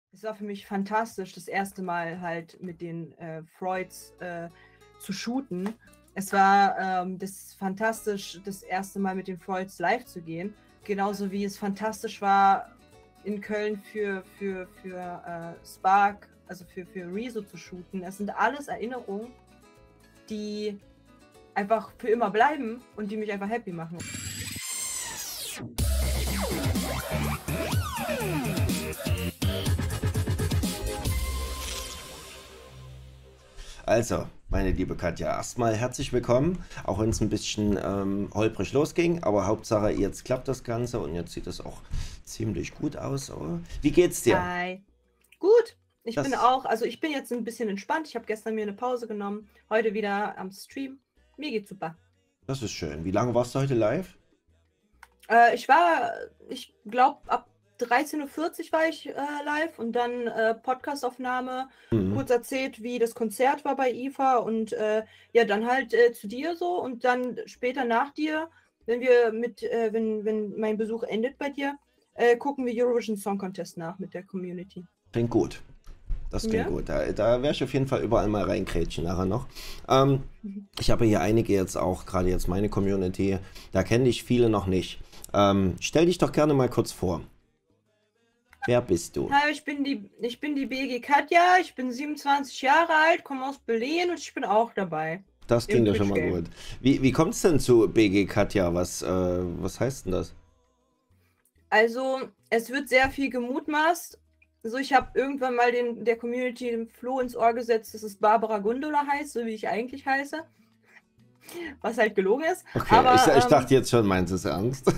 Es war für mich fantastisch, das erste Mal halt mit den Freuds zu shooten. Es war das fantastisch, das erste Mal mit den Freuds live zu gehen. Genauso wie es fantastisch war, in Köln für Spark, also für Rezo zu shooten. Es sind alles Erinnerungen, die einfach für immer bleiben und die mich einfach happy machen. Also, meine liebe Katja, erstmal herzlich willkommen, auch wenn es ein bisschen holprig losging, aber Hauptsache jetzt klappt das Ganze und jetzt sieht es auch ziemlich gut aus. Oder? Wie geht's dir? Hi. Gut. Ich bin Das, auch, also ich bin jetzt ein bisschen entspannt. Ich habe gestern mir eine Pause genommen, heute wieder am Stream. Mir geht's super. das ist schön. Wie lange warst du heute live? Ich glaube, ab 13:40 Uhr war ich live und dann Podcastaufnahme, Mhm. kurz erzählt, wie das Konzert war bei IFA und ja, dann halt zu dir so und dann später nach dir, wenn mein Besuch endet bei dir, gucken wir Eurovision Song Contest nach mit der Community. Klingt gut. Das klingt Ja? gut. Da werde ich auf jeden Fall überall mal reinkrätschen nachher noch. Ähm, Mhm. Ich habe hier einige jetzt auch, gerade jetzt meine Community, da kenne ich viele noch nicht. Stell dich doch gerne mal kurz vor. Wer bist du? Hi, ich bin die BG Katja, ich bin 27 Jahre alt, komme aus Berlin und ich bin auch dabei Das im klingt ja schon Twitch mal Game. gut. Wie kommt es denn zu BG Katja? Was heißt denn das? Also, es wird sehr viel gemutmaßt. Also, ich habe irgendwann mal der Community den Floh ins Ohr gesetzt, dass es Barbara Gundula heißt, so wie ich eigentlich heiße, was halt gelogen ist. Okay, Aber ich dachte jetzt schon, meinst du es ernst?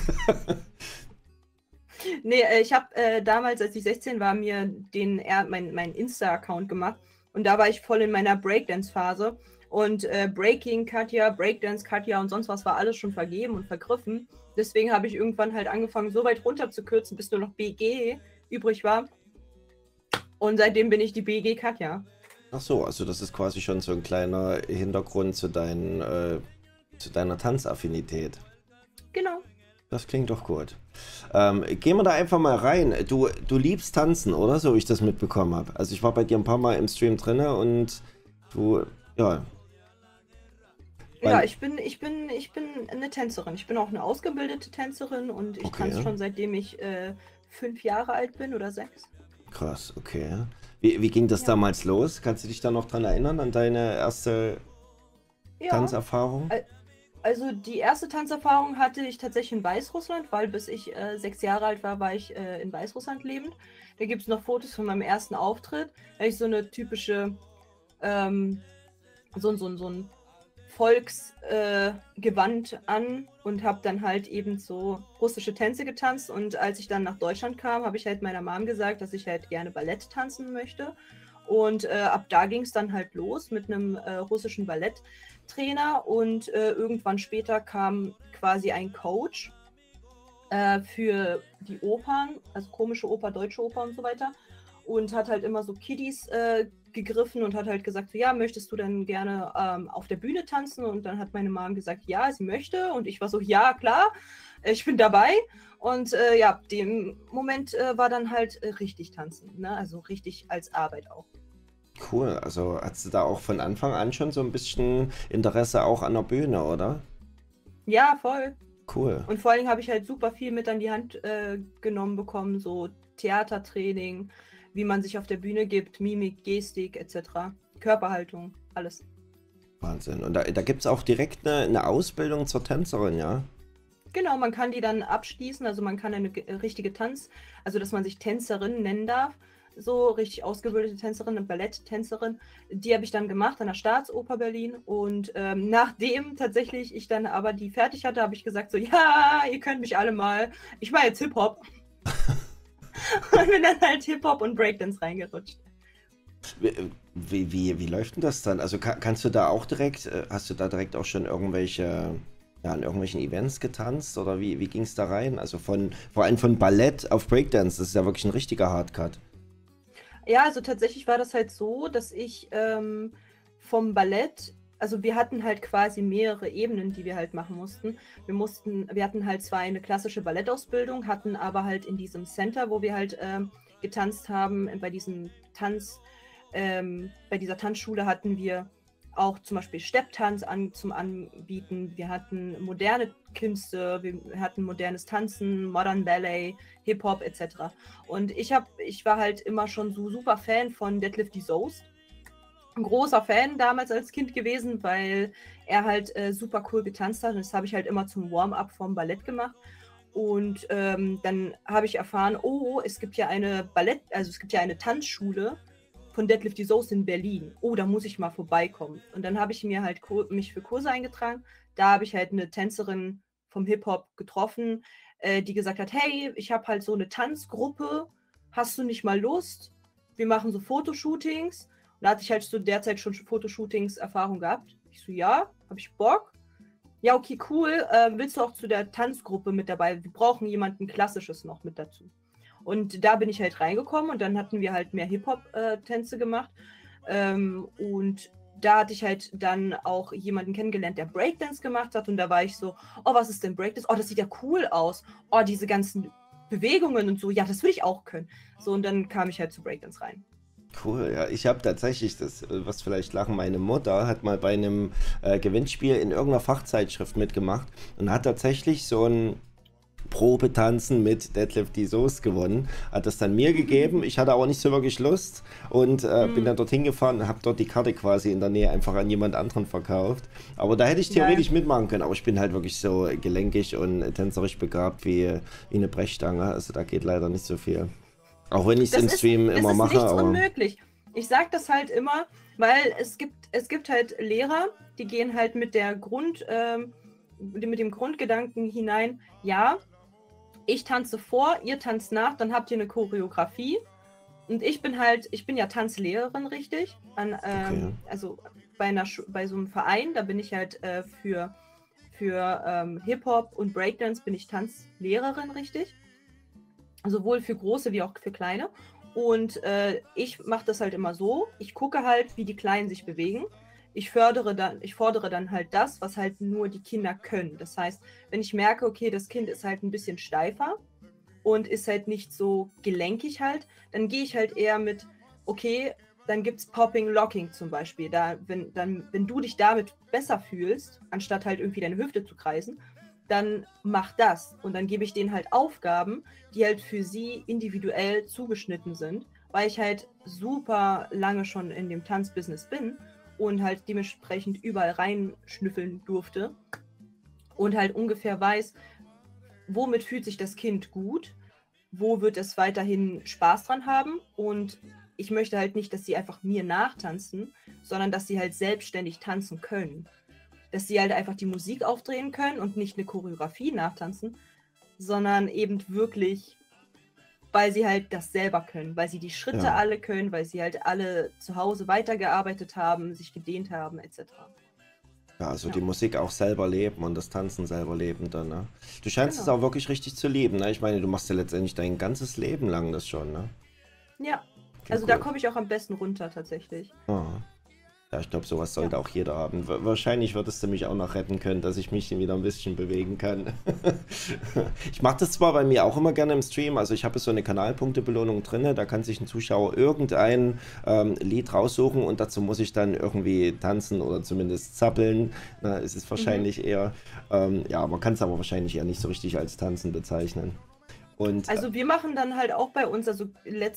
nee, ich habe damals, als ich 16 war, mir mein Insta-Account gemacht und da war ich voll in meiner Breakdance-Phase. Und Breaking Katja, Breakdance Katja und sonst was war alles schon vergeben und vergriffen. Deswegen habe ich irgendwann halt angefangen, so weit runter zu kürzen, bis nur noch BG übrig war. Und seitdem bin ich die BG Katja. Ach so, also das ist quasi schon so ein kleiner Hintergrund zu deiner Tanzaffinität. Genau. Das klingt doch gut. Gehen wir da einfach mal rein. Du liebst Tanzen, oder? So wie ich das mitbekommen habe. Also ich war bei dir ein paar Mal im Stream drinne und du, ja, Ja, mein, ich bin eine Tänzerin. Ich bin auch eine ausgebildete Tänzerin und ich tanze okay, schon seitdem ich 5 Jahre alt bin oder 6. krass, okay. Wie ging das Ja. damals los? Kannst du dich da noch dran erinnern, an deine erste Ja. Tanzerfahrung? Al- Also die erste Tanzerfahrung hatte ich tatsächlich in Weißrussland, weil bis ich 6 Jahre alt war, war ich in Weißrussland lebend. Da gibt es noch Fotos von meinem ersten Auftritt. Da hatte ich so eine typische, ähm, so ein Volksgewand an und habe dann halt eben so russische Tänze getanzt. Und als ich dann nach Deutschland kam, habe ich halt meiner Mom gesagt, dass ich halt gerne Ballett tanzen möchte. Und ab da ging es dann halt los mit einem russischen Balletttrainer. Und irgendwann später kam quasi ein Coach für die Opern, also komische Oper, deutsche Oper und so weiter. Und hat halt immer so Kiddies gegriffen und hat halt gesagt, so, ja, möchtest du denn gerne auf der Bühne tanzen? Und dann hat meine Mom gesagt, ja, sie möchte. Und ich war so, ja, klar, ich bin dabei. Und ja, dem Moment war dann halt richtig tanzen, ne? Also richtig als Arbeit auch. Cool, also hattest du da auch von Anfang an schon so ein bisschen Interesse auch an der Bühne, oder? Ja, voll. Cool. Und vor allem habe ich halt super viel mit an die Hand genommen bekommen, so Theatertraining, wie man sich auf der Bühne gibt, Mimik, Gestik etc. Körperhaltung, alles. Wahnsinn. Und da gibt es auch direkt eine Ausbildung zur Tänzerin, ja? Genau, man kann die dann abschließen, also man kann eine richtige also dass man sich Tänzerin nennen darf, so richtig ausgebildete Tänzerin, eine Balletttänzerin, die habe ich dann gemacht an der Staatsoper Berlin und nachdem tatsächlich ich dann aber die fertig hatte, habe ich gesagt so, ja, ihr könnt mich alle mal, ich mache jetzt Hip-Hop und bin dann halt Hip-Hop und Breakdance reingerutscht. Wie läuft denn das dann? Also kannst du da auch direkt, hast du da direkt auch schon ja, an irgendwelchen Events getanzt oder wie ging es da rein? Also vor allem von Ballett auf Breakdance, das ist ja wirklich ein richtiger Hardcut. Ja, also tatsächlich war das halt so, dass ich vom Ballett, also wir hatten halt quasi mehrere Ebenen, die wir halt machen mussten. Wir hatten halt zwar eine klassische Ballettausbildung, hatten aber halt in diesem Center, wo wir halt getanzt haben. Bei diesem bei dieser Tanzschule hatten wir auch zum Beispiel Stepptanz zum Anbieten. Wir hatten moderne Künste, wir hatten modernes Tanzen, Modern Ballet, Hip-Hop etc. Und ich war halt immer schon so super Fan von Deadlift Soest. Ein großer Fan damals als Kind gewesen, weil er halt super cool getanzt hat. Und das habe ich halt immer zum Warm-up vom Ballett gemacht. Und dann habe ich erfahren, oh, es gibt ja eine Tanzschule von Deadlift Soest in Berlin. Oh, da muss ich mal vorbeikommen. Und dann habe ich mir halt mich für Kurse eingetragen. Da habe ich halt eine Tänzerin vom Hip-Hop getroffen, die gesagt hat, hey, ich habe halt so eine Tanzgruppe. Hast du nicht mal Lust? Wir machen so Fotoshootings. Und da hatte ich halt zu der Zeit schon Fotoshootings-Erfahrung gehabt. Ich so, ja, habe ich Bock? Ja, okay, cool. Willst du auch zu der Tanzgruppe mit dabei? Wir brauchen jemanden Klassisches noch mit dazu. Und da bin ich halt reingekommen und dann hatten wir halt mehr Hip-Hop-Tänze gemacht. Und da hatte ich halt dann auch jemanden kennengelernt, der Breakdance gemacht hat. Und da war ich so, oh, was ist denn Breakdance? Oh, das sieht ja cool aus. Oh, diese ganzen Bewegungen und so. Ja, das will ich auch können. So, und dann kam ich halt zu Breakdance rein. Cool, ja. Ich habe tatsächlich das, was vielleicht lachen, meine Mutter hat mal bei einem Gewinnspiel in irgendeiner Fachzeitschrift mitgemacht und hat tatsächlich so ein Probetanzen mit Deadlift Soest gewonnen. Hat das dann mir gegeben. Ich hatte aber nicht so wirklich Lust und bin dann dorthin gefahren und habe dort die Karte quasi in der Nähe einfach an jemand anderen verkauft. Aber da hätte ich theoretisch mitmachen können. Aber ich bin halt wirklich so gelenkig und tänzerisch begabt wie eine Brechstange. Also da geht leider nicht so viel. Auch wenn ich es im Stream immer mache. Das ist nichts unmöglich. Ich sage das halt immer, weil es gibt halt Lehrer, die gehen halt mit dem Grundgedanken hinein, ja, ich tanze vor, ihr tanzt nach, dann habt ihr eine Choreografie. Und ich bin ja Tanzlehrerin, richtig. Okay. Also bei so einem Verein, da bin ich halt für Hip-Hop und Breakdance bin ich Tanzlehrerin, richtig. Sowohl für große wie auch für kleine. Und ich mache das halt immer so, ich gucke halt, wie die Kleinen sich bewegen. Ich fordere dann halt das, was halt nur die Kinder können. Das heißt, wenn ich merke, okay, das Kind ist halt ein bisschen steifer und ist halt nicht so gelenkig halt, dann gehe ich halt eher mit, okay, dann gibt es Popping Locking zum Beispiel. Wenn du dich damit besser fühlst, anstatt halt irgendwie deine Hüfte zu kreisen, dann mach das. Und dann gebe ich denen halt Aufgaben, die halt für sie individuell zugeschnitten sind, weil ich halt super lange schon in dem Tanzbusiness bin und halt dementsprechend überall reinschnüffeln durfte und halt ungefähr weiß, womit fühlt sich das Kind gut, wo wird es weiterhin Spaß dran haben und ich möchte halt nicht, dass sie einfach mir nachtanzen, sondern dass sie halt selbstständig tanzen können. Dass sie halt einfach die Musik aufdrehen können und nicht eine Choreografie nachtanzen, sondern eben wirklich, weil sie halt das selber können, weil sie die Schritte alle können, weil sie halt alle zu Hause weitergearbeitet haben, sich gedehnt haben, etc. Ja, also die Musik auch selber leben und das Tanzen selber leben dann, ne? Du scheinst es auch wirklich richtig zu lieben, ne? Ich meine, du machst ja letztendlich dein ganzes Leben lang das schon, ne? Ja, Okay, also cool. da komme ich auch am besten runter tatsächlich. Oh. Ja, ich glaube, sowas sollte auch jeder haben. Wahrscheinlich würdest du mich auch noch retten können, dass ich mich wieder ein bisschen bewegen kann. Ich mache das zwar bei mir auch immer gerne im Stream, also ich habe so eine Kanalpunktebelohnung drin, da kann sich ein Zuschauer irgendein Lied raussuchen und dazu muss ich dann irgendwie tanzen oder zumindest zappeln. Na, es ist wahrscheinlich eher, ja, man kann es aber wahrscheinlich eher nicht so richtig als Tanzen bezeichnen. Und, Also wir machen dann halt auch bei uns, also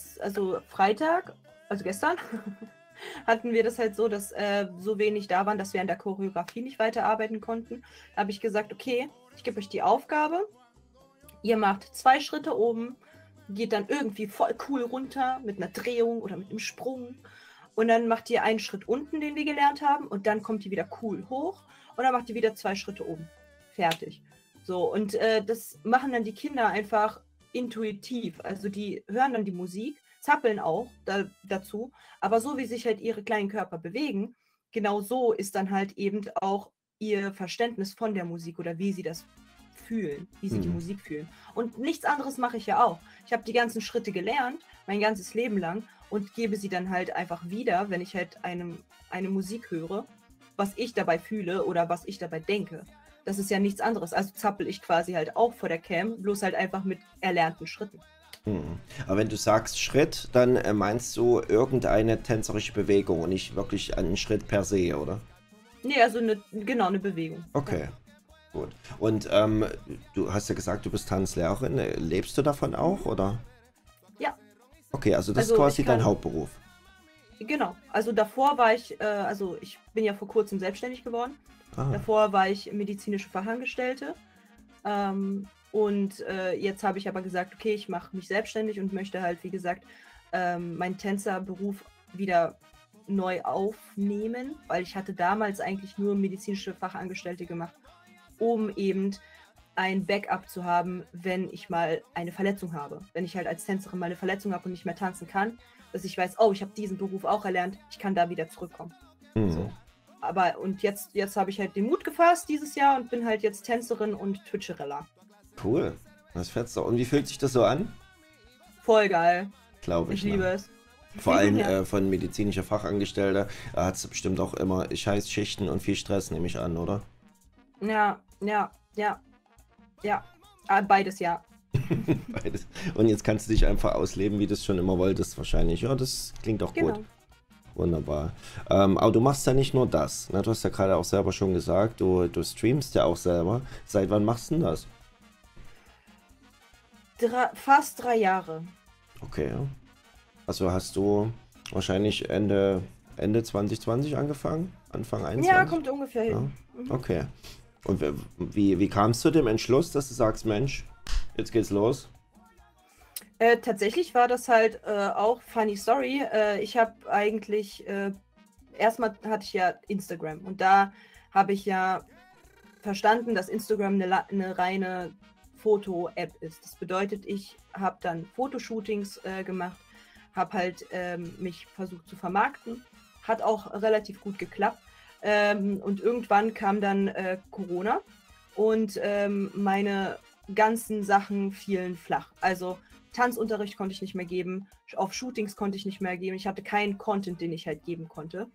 Freitag, also gestern, hatten wir das halt so, dass so wenig da waren, dass wir an der Choreografie nicht weiterarbeiten konnten. Da habe ich gesagt, okay, ich gebe euch die Aufgabe, ihr macht 2 Schritte oben, geht dann irgendwie voll cool runter mit einer Drehung oder mit einem Sprung und dann macht ihr einen Schritt unten, den wir gelernt haben und dann kommt ihr wieder cool hoch und dann macht ihr wieder 2 Schritte oben. Fertig. So, und das machen dann die Kinder einfach intuitiv. Also die hören dann die Musik, zappeln auch dazu, aber so wie sich halt ihre kleinen Körper bewegen, genau so ist dann halt eben auch ihr Verständnis von der Musik oder wie sie das fühlen, wie sie die Musik fühlen. Und nichts anderes mache ich ja auch. Ich habe die ganzen Schritte gelernt, mein ganzes Leben lang und gebe sie dann halt einfach wieder, wenn ich halt eine Musik höre, was ich dabei fühle oder was ich dabei denke. Das ist ja nichts anderes. Also zappel ich quasi halt auch vor der Cam, bloß halt einfach mit erlernten Schritten. Mhm. Aber wenn du sagst Schritt, dann meinst du irgendeine tänzerische Bewegung und nicht wirklich einen Schritt per se, oder? Nee, also genau, eine Bewegung. Ja. Okay, gut. Und du hast ja gesagt, du bist Tanzlehrerin. Lebst du davon auch, Mhm. oder? Ja, Okay, also das ist also ich quasi dein kann, Hauptberuf. genau. Also davor war ich, also ich bin ja vor kurzem selbstständig geworden. Ah, Davor war ich medizinische Fachangestellte. Und jetzt habe ich aber gesagt, okay, ich mache mich selbstständig und möchte halt, wie gesagt, meinen Tänzerberuf wieder neu aufnehmen, weil ich hatte damals eigentlich nur medizinische Fachangestellte gemacht, um eben ein Backup zu haben, wenn ich mal eine Verletzung habe. Wenn ich halt als Tänzerin mal eine Verletzung habe und nicht mehr tanzen kann, dass ich weiß, oh, ich habe diesen Beruf auch erlernt, ich kann da wieder zurückkommen. hm, So. Aber und jetzt habe ich halt den Mut gefasst dieses Jahr und bin halt jetzt Tänzerin und Twitcherella. cool. Das fetzt doch. Und wie fühlt sich das so an? Voll geil. Glaube Ich ich, ne? liebe es. Vor allem Ja. von medizinischer Fachangestellter hat es bestimmt auch immer scheiß Schichten und viel Stress, nehme ich an, oder? Ja, ja, ja, ja. Beides ja. Beides. Und jetzt kannst du dich einfach ausleben, wie du es schon immer wolltest, wahrscheinlich. Ja, das klingt auch gut. Genau. Wunderbar. Aber du machst ja nicht nur das. Ne? Du hast ja gerade auch selber schon gesagt, du streamst ja auch selber. Seit wann machst du denn das? Fast 3 Jahre. Okay. Also hast du wahrscheinlich Ende 2020 angefangen? Anfang Ja, 21? kommt ungefähr Ja. hin. Mhm. Okay. Und wie kamst du dem Entschluss, dass du sagst, Mensch, jetzt geht's los? Tatsächlich war das halt auch funny story. Ich habe eigentlich, erstmal hatte ich ja Instagram und da habe ich ja verstanden, dass Instagram eine reine Foto-App ist. Das bedeutet, ich habe dann Fotoshootings gemacht, habe halt mich versucht zu vermarkten, hat auch relativ gut geklappt. Und irgendwann kam dann Corona und meine ganzen Sachen fielen flach. Also Tanzunterricht konnte ich nicht mehr geben, auf Shootings konnte ich nicht mehr geben. Ich hatte keinen Content, den ich halt geben konnte.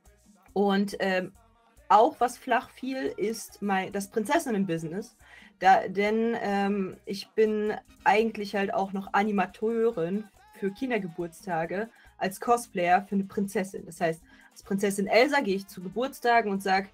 Und auch was flach fiel, ist das Prinzessinnen-Business. Denn ich bin eigentlich halt auch noch Animateurin für Kindergeburtstage als Cosplayer für eine Prinzessin. Das heißt, als Prinzessin Elsa gehe ich zu Geburtstagen und sage,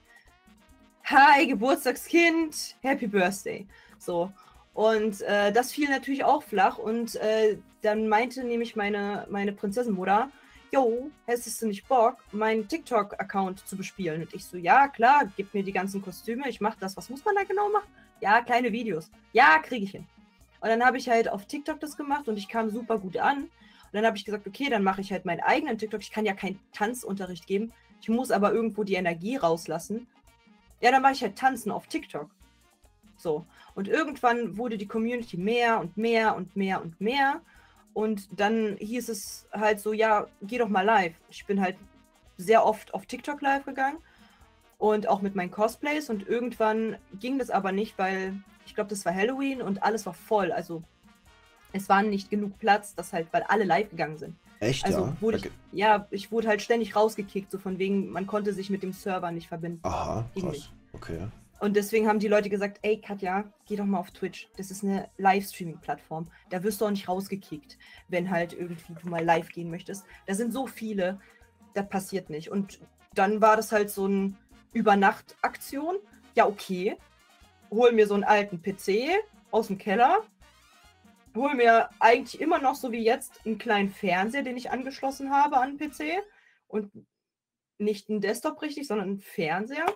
hi, Geburtstagskind, Happy Birthday. So. Und das fiel natürlich auch flach. Und dann meinte nämlich meine Prinzessenmutter, jo, hättest du nicht Bock, meinen TikTok-Account zu bespielen? Und ich so, ja, klar, gib mir die ganzen Kostüme, ich mach das. Was muss man da genau machen? Ja, kleine Videos. Ja, kriege ich hin. Und dann habe ich halt auf TikTok das gemacht und ich kam super gut an. Und dann habe ich gesagt, okay, dann mache ich halt meinen eigenen TikTok. Ich kann ja keinen Tanzunterricht geben. Ich muss aber irgendwo die Energie rauslassen. Ja, dann mache ich halt Tanzen auf TikTok. So. Und irgendwann wurde die Community mehr und mehr und mehr und mehr. Und dann hieß es halt so, ja, geh doch mal live. Ich bin halt sehr oft auf TikTok live gegangen und auch mit meinen Cosplays. Und irgendwann ging das aber nicht, weil ich glaube, das war Halloween und alles war voll. Also es war nicht genug Platz, weil alle live gegangen sind. Echt, Also ja? wurde ich wurde halt ständig rausgekickt, so von wegen, man konnte sich mit dem Server nicht verbinden. Aha, Ging krass. nicht. Okay. Und deswegen haben die Leute gesagt, ey Katja, geh doch mal auf Twitch. Das ist eine Livestreaming-Plattform. Da wirst du auch nicht rausgekickt, wenn halt irgendwie du mal live gehen möchtest. Da sind so viele, das passiert nicht. Und dann war das halt so eine Übernacht-Aktion. Ja, okay. Hol mir so einen alten PC aus dem Keller. Hol mir eigentlich immer noch so wie jetzt einen kleinen Fernseher, den ich angeschlossen habe an den PC. Und nicht einen Desktop richtig, sondern einen Fernseher.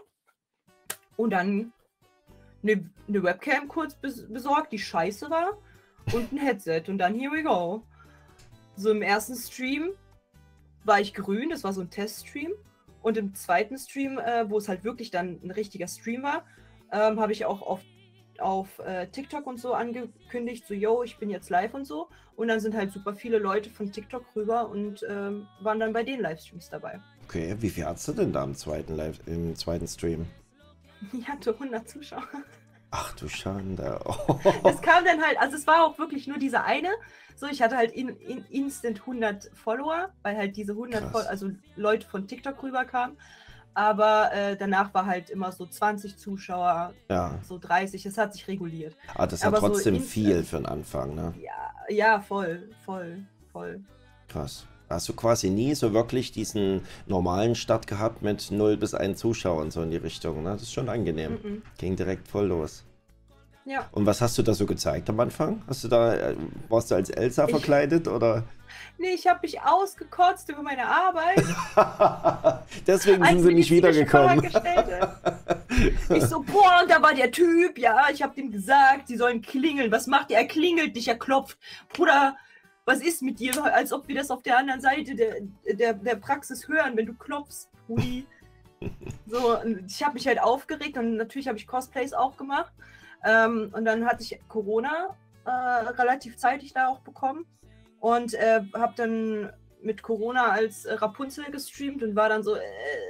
Und dann eine Webcam kurz besorgt, die scheiße war. Und ein Headset. Und dann here we go. So im ersten Stream war ich grün, das war so ein Teststream. Und im zweiten Stream, wo es halt wirklich dann ein richtiger Stream war, habe ich auch auf TikTok und so angekündigt, so, yo, ich bin jetzt live und so. Und dann sind halt super viele Leute von TikTok rüber und waren dann bei den Livestreams dabei. Okay, wie viel hast du denn da im zweiten Stream? Ich hatte 100 Zuschauer. Ach du Schande. Es kam dann halt, also es war auch wirklich nur dieser eine. So, ich hatte halt instant 100 Follower, weil halt diese 100 Krass. also Leute von TikTok rüberkamen. aber danach war halt immer so 20 Zuschauer, Ja. so 30, es hat sich reguliert. Ah, das ist ja Aber so trotzdem viel für den Anfang, ne? ja, voll, voll, voll. Krass. Hast du quasi nie so wirklich diesen normalen Start gehabt mit 0 bis 1 Zuschauern so in die Richtung, ne? Das ist schon angenehm. Mhm. Ging direkt voll los. Ja. Und was hast du da so gezeigt am Anfang? Warst du als Elsa Ich- verkleidet oder? Nee, ich habe mich ausgekotzt über meine Arbeit. Deswegen sind Als sie nicht medizinische wiedergekommen. Fachangestellte. Ich so, boah, und da war der Typ, ja, ich habe dem gesagt, sie sollen klingeln. Was macht er? Er klingelt nicht, er klopft. Bruder, was ist mit dir? Als ob wir das auf der anderen Seite der Praxis hören, wenn du klopfst, Brudi. So, und ich habe mich halt aufgeregt und natürlich habe ich Cosplays auch gemacht. Und dann hatte ich Corona relativ zeitig da auch bekommen und habe dann mit Corona als Rapunzel gestreamt und war dann so,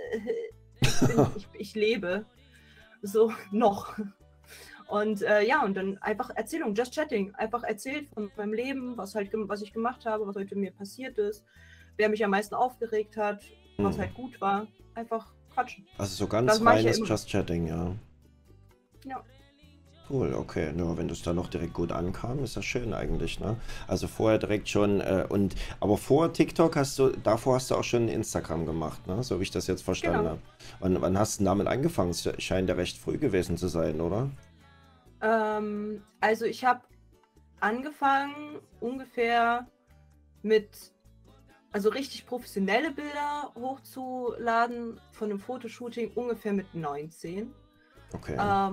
ich lebe. So, noch. Und ja, und dann einfach Erzählung, just chatting. Einfach erzählt von meinem Leben, was ich gemacht habe, was heute mir passiert ist, wer mich am meisten aufgeregt hat, was halt gut war. Einfach quatschen. Also so ganz Das mach ich ja reines immer. Just Chatting, ja. Ja. Cool, okay. Ja, wenn das dann noch direkt gut ankam, ist das schön eigentlich, ne? Also vorher direkt schon, aber vor TikTok davor hast du auch schon Instagram gemacht, ne? So wie ich das jetzt verstanden Genau. habe. Wann hast du denn damit angefangen? Es scheint ja recht früh gewesen zu sein, oder? Also ich habe angefangen ungefähr mit, also richtig professionelle Bilder hochzuladen von einem Fotoshooting ungefähr mit 19. Okay.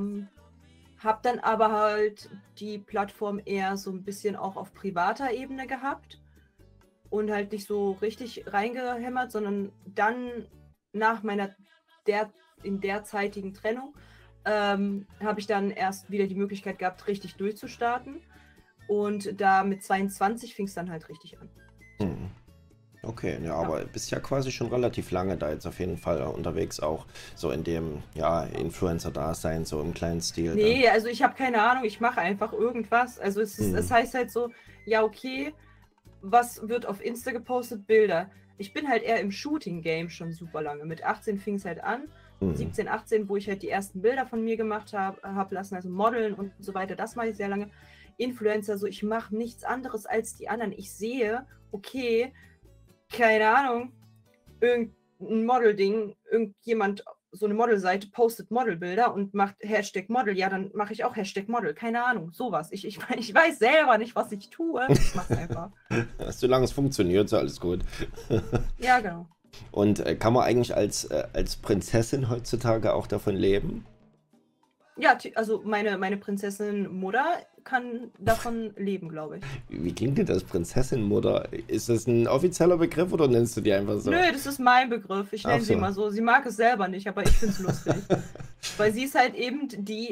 Hab dann aber halt die Plattform eher so ein bisschen auch auf privater Ebene gehabt und halt nicht so richtig reingehämmert, sondern dann nach meiner derzeitigen Trennung habe ich dann erst wieder die Möglichkeit gehabt, richtig durchzustarten. Und da mit 22 fing es dann halt richtig an. Hm. Okay, ja, aber bist ja quasi schon relativ lange da jetzt auf jeden Fall unterwegs, auch so in dem, ja, Influencer-Dasein, so im kleinen Stil. Nee, also ich habe keine Ahnung, ich mache einfach irgendwas. Also es heißt halt so, ja, okay, was wird auf Insta gepostet? Bilder. Ich bin halt eher im Shooting-Game schon super lange. Mit 18 fing es halt an. 17, 18, wo ich halt die ersten Bilder von mir gemacht habe lassen, also Modeln und so weiter. Das mache ich sehr lange. Influencer, so ich mache nichts anderes als die anderen. Ich sehe, okay, keine Ahnung, irgendein Model-Ding, irgendjemand, so eine Modelseite postet Modelbilder und macht Hashtag Model, ja, dann mache ich auch Hashtag Model, keine Ahnung, sowas. Ich weiß selber nicht, was ich tue, ich mache es einfach. Solange es funktioniert, ist alles gut. Ja, genau. Und kann man eigentlich als Prinzessin heutzutage auch davon leben? Ja, also meine Prinzessin Mutter kann davon leben, glaube ich. Wie klingt denn das, Prinzessin-Mutter? Ist das ein offizieller Begriff oder nennst du die einfach so? Nö, das ist mein Begriff. Ich nenne Ach sie so. mal so. Sie mag es selber nicht, aber ich finde es lustig. Weil sie ist halt eben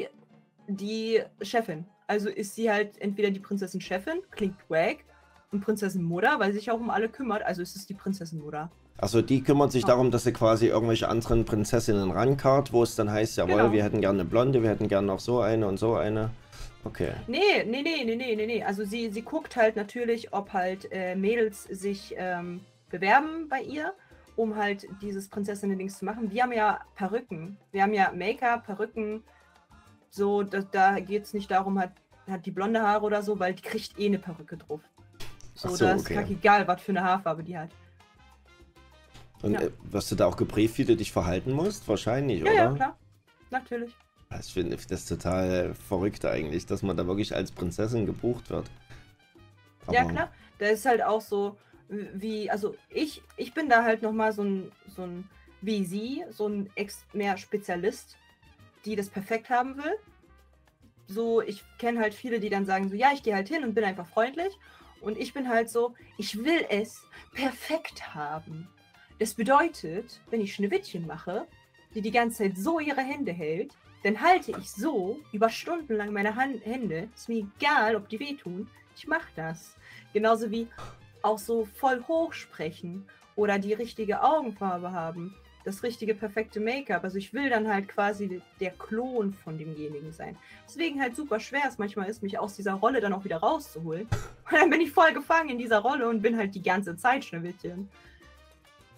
die Chefin. Also ist sie halt entweder die Prinzessin-Chefin, klingt wack, und Prinzessin-Mutter, weil sie sich auch um alle kümmert. Also ist es die Prinzessin-Mutter. Also die kümmert sich Ja. darum, dass sie quasi irgendwelche anderen Prinzessinnen rankarrt, wo es dann heißt, jawohl, Genau. wir hätten gerne eine Blonde, wir hätten gerne noch so eine und so eine. Okay. Nee. Also sie guckt halt natürlich, ob halt Mädels sich bewerben bei ihr, um halt dieses Prinzessinnen-Dings zu machen. Wir haben ja Perücken. Wir haben ja Make-up, Perücken. So, da geht es nicht darum, hat die blonde Haare oder so, weil die kriegt eh eine Perücke drauf. So, Ach so, da ist okay. kackegal, was für eine Haarfarbe die hat. Und Ja. wirst du da auch gebrieft, wie du dich verhalten musst? Wahrscheinlich, Ja, oder? ja, klar. Natürlich. Ich finde das total verrückt eigentlich, dass man da wirklich als Prinzessin gebucht wird. Ja, Aber- klar. Da ist halt auch so, also ich bin da halt nochmal so ein, wie sie, so ein mehr Spezialist, die das perfekt haben will. So, ich kenne halt viele, die dann sagen so, ja, ich gehe halt hin und bin einfach freundlich. Und ich bin halt so, ich will es perfekt haben. Das bedeutet, wenn ich Schneewittchen mache, die ganze Zeit so ihre Hände hält, dann halte ich so über Stunden lang meine Hände. Ist mir egal, ob die wehtun. Ich mache das. Genauso wie auch so voll hoch sprechen oder die richtige Augenfarbe haben. Das richtige, perfekte Make-up. Also ich will dann halt quasi der Klon von demjenigen sein. Deswegen halt super schwer es manchmal ist, mich aus dieser Rolle dann auch wieder rauszuholen. Und dann bin ich voll gefangen in dieser Rolle und bin halt die ganze Zeit Schneewittchen.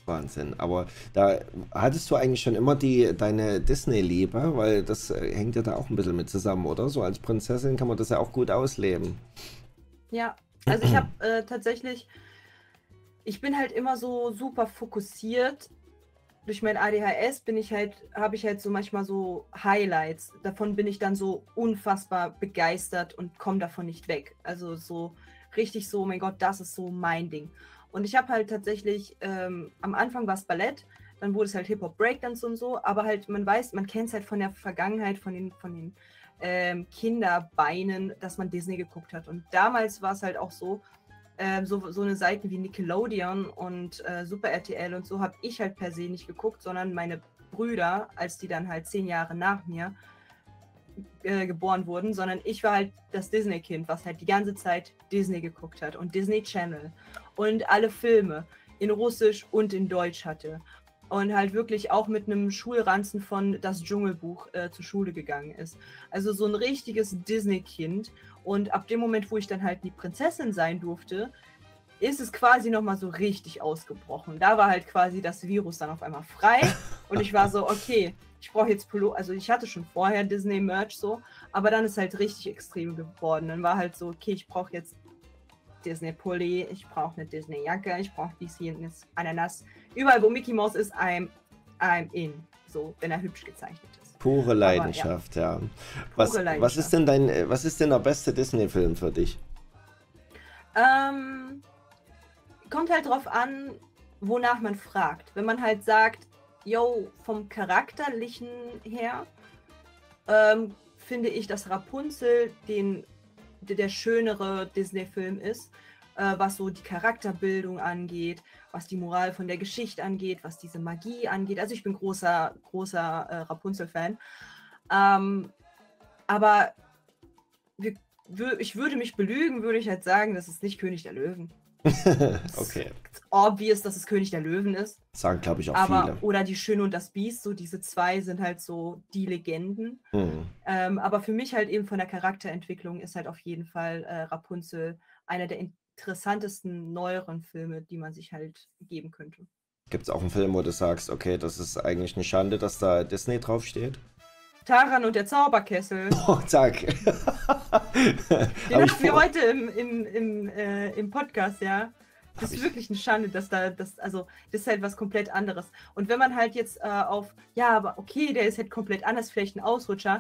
Wahnsinn. Aber da hattest du eigentlich schon immer deine Disney-Liebe, weil das hängt ja da auch ein bisschen mit zusammen, oder? So als Prinzessin kann man das ja auch gut ausleben. Ja, also ich habe tatsächlich, ich bin halt immer so super fokussiert. Durch mein ADHS habe ich halt so manchmal so Highlights. Davon bin ich dann so unfassbar begeistert und komme davon nicht weg. Also so richtig so, oh mein Gott, das ist so mein Ding. Und ich habe halt tatsächlich, am Anfang war es Ballett, dann wurde es halt Hip-Hop, Breakdance und so, aber halt, man kennt es halt von der Vergangenheit, von den Kinderbeinen, dass man Disney geguckt hat. Und damals war es halt auch so, so eine Seiten wie Nickelodeon und Super RTL und so habe ich halt per se nicht geguckt, sondern meine Brüder, als die dann halt 10 Jahre nach mir geboren wurden, sondern ich war halt das Disney-Kind, was halt die ganze Zeit Disney geguckt hat und Disney Channel und alle Filme in Russisch und in Deutsch hatte. Und halt wirklich auch mit einem Schulranzen von Das Dschungelbuch zur Schule gegangen ist. Also so ein richtiges Disney-Kind. Und ab dem Moment, wo ich dann halt die Prinzessin sein durfte, ist es quasi nochmal so richtig ausgebrochen. Da war halt quasi das Virus dann auf einmal frei. Und ich war so, okay, ich brauche jetzt Pullover. Also ich hatte schon vorher Disney-Merch so, aber dann ist halt richtig extrem geworden. Dann war halt so, okay, ich brauche jetzt Disney-Pulli, ich brauche eine Disney-Jacke, ich brauche dies hier, das Ananas. Überall, wo Mickey Mouse ist, I'm in. So, wenn er hübsch gezeichnet ist. Pure Leidenschaft, ja. Was ist denn was ist denn der beste Disney-Film für dich? Kommt halt drauf an, wonach man fragt. Wenn man halt sagt, yo, vom Charakterlichen her, finde ich, dass Rapunzel der schönere Disney-Film ist, was so die Charakterbildung angeht, was die Moral von der Geschichte angeht, was diese Magie angeht. Also ich bin großer Rapunzel-Fan. Aber ich würde mich belügen, würde ich halt sagen, das ist nicht König der Löwen. Okay. It's obvious, dass es König der Löwen ist. Sagen, glaube ich, auch viele. Oder Die Schöne und das Biest, so diese zwei sind halt so die Legenden. Aber für mich halt eben von der Charakterentwicklung ist halt auf jeden Fall Rapunzel einer der interessantesten neueren Filme, die man sich halt geben könnte. Gibt es auch einen Film, wo du sagst, okay, das ist eigentlich eine Schande, dass da Disney draufsteht? Taran und der Zauberkessel. Oh, zack. Den hatten wir heute im Podcast, ja. Das ist wirklich eine Schande, dass das ist halt was komplett anderes. Und wenn man halt jetzt aber okay, der ist halt komplett anders, vielleicht ein Ausrutscher.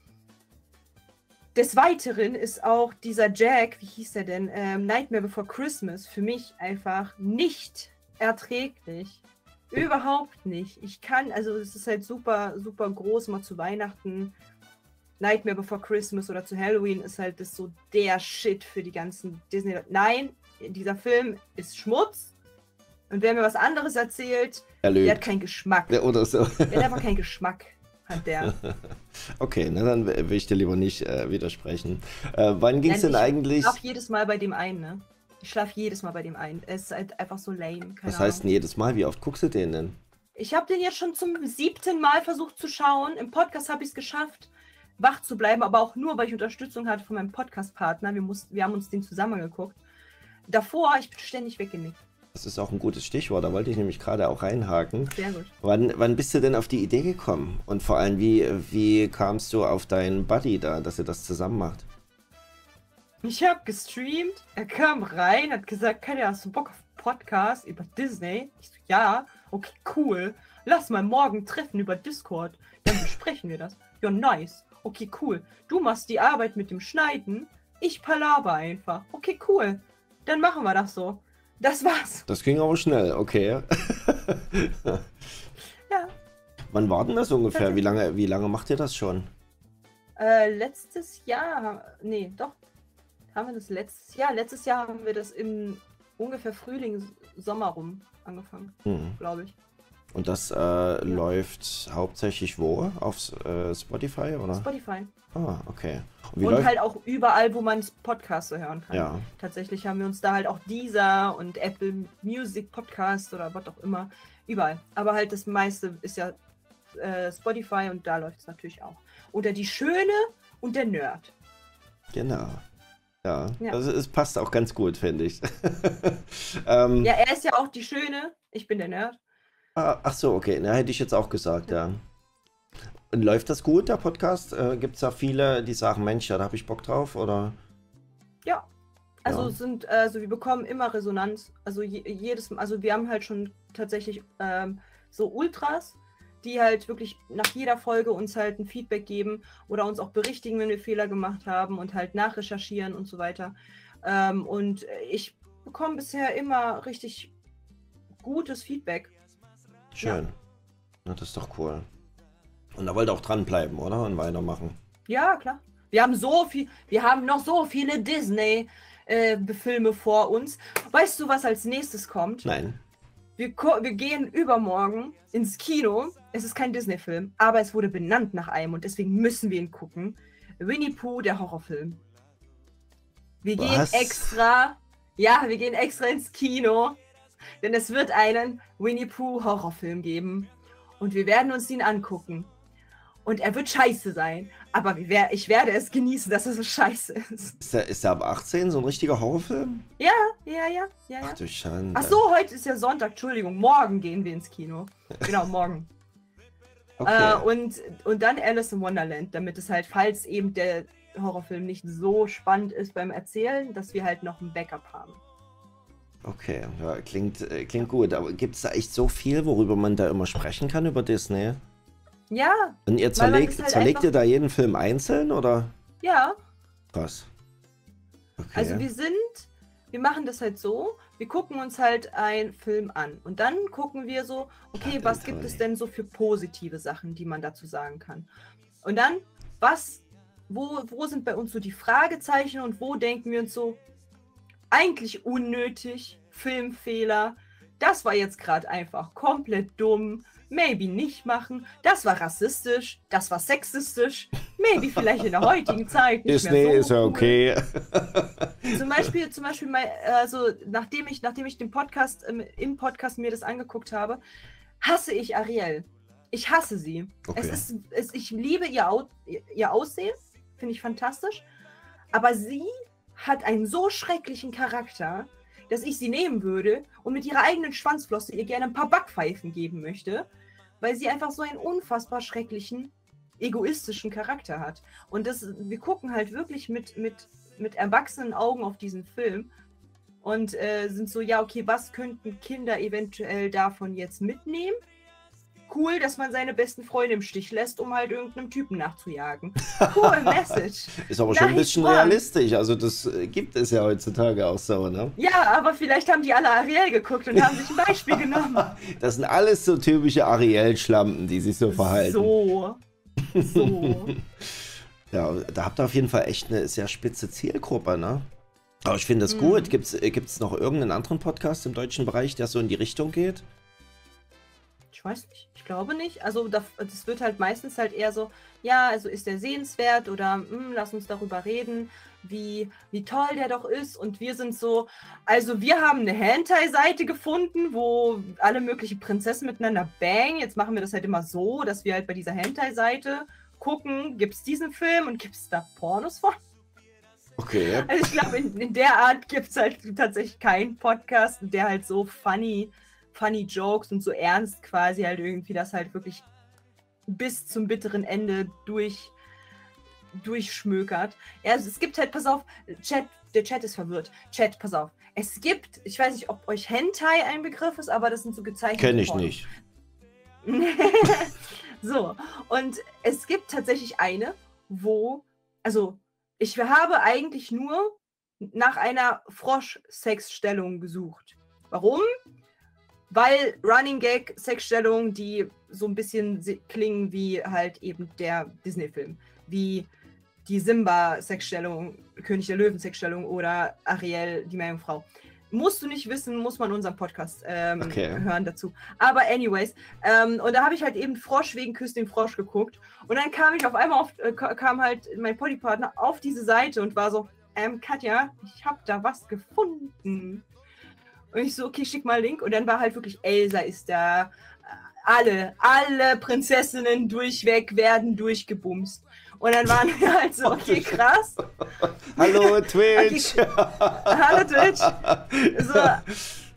Des Weiteren ist auch dieser Jack, wie hieß der denn, Nightmare Before Christmas, für mich einfach nicht erträglich. Überhaupt nicht. Es ist halt super, super groß, mal zu Weihnachten. Nightmare Before Christmas oder zu Halloween ist halt das so der Shit für die ganzen Disney. Nein, dieser Film ist Schmutz. Und wer mir was anderes erzählt, der hat keinen Geschmack. Ja, oder so. Der hat einfach keinen Geschmack, hat der. Okay, na dann will ich dir lieber nicht widersprechen. Wann ging es denn eigentlich? Ich schlafe jedes Mal bei dem ein, ne? Ich schlafe jedes Mal bei dem ein. Es ist halt einfach so lame. Was heißt denn jedes Mal? Wie oft guckst du den denn? Ich habe den jetzt schon zum 7. Mal versucht zu schauen. Im Podcast habe ich es geschafft, wach zu bleiben, aber auch nur, weil ich Unterstützung hatte von meinem Podcast-Partner. Wir haben uns den zusammen angeguckt. Davor, ich bin ständig weggenickt. Das ist auch ein gutes Stichwort, da wollte ich nämlich gerade auch reinhaken. Sehr gut. Wann bist du denn auf die Idee gekommen? Und vor allem, wie kamst du auf deinen Buddy da, dass ihr das zusammen macht? Ich habe gestreamt, er kam rein, hat gesagt, Katja, hast du Bock auf einen Podcast über Disney? Ich so, ja, okay, cool. Lass mal morgen treffen über Discord. Dann besprechen wir das. Ja, nice. Okay, cool. Du machst die Arbeit mit dem Schneiden, ich palaber einfach. Okay, cool. Dann machen wir das so. Das war's. Das ging aber schnell, okay. Ja. Wann war denn das ungefähr? Wie lange macht ihr das schon? Letztes Jahr, nee, doch. Haben wir das letztes Jahr? Letztes Jahr haben wir das im ungefähr Frühling, Sommer rum angefangen, glaube ich. Und das läuft hauptsächlich wo? Auf Spotify, oder? Spotify. Ah, okay. Und halt auch überall, wo man Podcasts hören kann. Ja. Tatsächlich haben wir uns da halt auch Deezer und Apple Music Podcast oder was auch immer. Überall. Aber halt das meiste ist ja Spotify und da läuft es natürlich auch. Oder die Schöne und der Nerd. Genau. Ja. Also es passt auch ganz gut, finde ich. Ja, er ist ja auch die Schöne, ich bin der Nerd. Ach so, okay. Na, hätte ich jetzt auch gesagt, ja. Und läuft das gut, der Podcast? Gibt es da viele, die sagen, Mensch, ja, da habe ich Bock drauf, oder? Ja. Also Ja. wir bekommen immer Resonanz. Also also wir haben halt schon tatsächlich so Ultras, die halt wirklich nach jeder Folge uns halt ein Feedback geben oder uns auch berichtigen, wenn wir Fehler gemacht haben und halt nachrecherchieren und so weiter. Und ich bekomme bisher immer richtig gutes Feedback. Schön. Na, das ist doch cool. Und da wollt ihr auch dranbleiben, oder? Und weitermachen. Ja, klar. Wir haben noch so viele Disney-Filme vor uns. Weißt du, was als nächstes kommt? Nein. Wir gehen übermorgen ins Kino. Es ist kein Disney-Film, aber es wurde benannt nach einem und deswegen müssen wir ihn gucken. Winnie Pooh, der Horrorfilm. Wir gehen Was? wir gehen extra ins Kino, denn es wird einen Winnie Pooh Horrorfilm geben und wir werden uns ihn angucken. Und er wird scheiße sein, aber ich werde es genießen, dass er so scheiße ist. Ist der ab 18 so ein richtiger Horrorfilm? Ja. Ach du Schande. Ach so, heute ist ja Sonntag, Entschuldigung, morgen gehen wir ins Kino. Genau, morgen. Okay. Und dann Alice in Wonderland, damit es halt, falls eben der Horrorfilm nicht so spannend ist beim Erzählen, dass wir halt noch ein Backup haben. Okay, ja, klingt gut. Aber gibt es da echt so viel, worüber man da immer sprechen kann über Disney? Ja. Und ihr weil man ist halt zerlegt ihr da jeden Film einzeln, oder? Ja. Krass. Okay. Also wir machen das halt so, wir gucken uns halt einen Film an und dann gucken wir so, okay, Ja, was gibt es denn so für positive Sachen, die man dazu sagen kann? Und dann, wo sind bei uns so die Fragezeichen und wo denken wir uns so, eigentlich unnötig, Filmfehler, das war jetzt gerade einfach komplett dumm, maybe nicht machen, das war rassistisch, das war sexistisch, maybe vielleicht in der heutigen Zeit nicht Disney mehr so ist ja cool. okay. Zum Beispiel also nachdem ich im Podcast mir das angeguckt habe, hasse ich Ariel. Ich hasse sie. Okay. Ich liebe ihr Aussehen, finde ich fantastisch, aber sie hat einen so schrecklichen Charakter, dass ich sie nehmen würde und mit ihrer eigenen Schwanzflosse ihr gerne ein paar Backpfeifen geben möchte, weil sie einfach so einen unfassbar schrecklichen, egoistischen Charakter hat. Und wir gucken halt wirklich mit erwachsenen Augen auf diesen Film und sind so, ja, okay, was könnten Kinder eventuell davon jetzt mitnehmen? Cool, dass man seine besten Freunde im Stich lässt, um halt irgendeinem Typen nachzujagen. Cool Message. Ist aber schon ein Nice bisschen one. realistisch. Also das gibt es ja heutzutage auch so, ne? Ja, aber vielleicht haben die alle Ariel geguckt und haben sich ein Beispiel genommen. Das sind alles so typische Ariel-Schlampen, die sich so verhalten. So. Ja, da habt ihr auf jeden Fall echt eine sehr spitze Zielgruppe, ne? Aber ich finde das gut. Gibt's noch irgendeinen anderen Podcast im deutschen Bereich, der so in die Richtung geht? Ich weiß nicht, ich glaube nicht. Also das wird halt meistens halt eher so, ja, also ist der sehenswert oder lass uns darüber reden, wie toll der doch ist. Und wir sind so, also wir haben eine Hentai-Seite gefunden, wo alle möglichen Prinzessinnen miteinander bang. Jetzt machen wir das halt immer so, dass wir halt bei dieser Hentai-Seite gucken, gibt es diesen Film und gibt es da Pornos von? Okay. Also ich glaube, in der Art gibt es halt tatsächlich keinen Podcast, der halt so funny Jokes und so ernst quasi halt irgendwie das halt wirklich bis zum bitteren Ende durchschmökert. Ja, also es gibt halt, pass auf, der Chat ist verwirrt. Chat, pass auf. Es gibt, ich weiß nicht, ob euch Hentai ein Begriff ist, aber das sind so gezeichnete Kenn ich Pornos. nicht. So, und es gibt tatsächlich eine, also ich habe eigentlich nur nach einer Frosch-Sexstellung gesucht. Warum? Weil Running Gag Sexstellungen, die so ein bisschen klingen wie halt eben der Disney-Film. Wie die Simba-Sexstellung, König der Löwen-Sexstellung oder Ariel, die Meerjungfrau. Musst du nicht wissen, muss man unseren Podcast hören dazu. Aber anyways, und da habe ich halt eben Frosch wegen Küss den Frosch geguckt. Und dann kam ich auf einmal kam halt mein Poddy-Partner auf diese Seite und war so, Katja, ich habe da was gefunden. Und ich so, okay, schick mal Link. Und dann war halt wirklich, Elsa ist da. Alle Prinzessinnen durchweg werden durchgebumst. Und dann waren wir halt so, okay, krass. Hallo Twitch. Okay, hallo Twitch. So,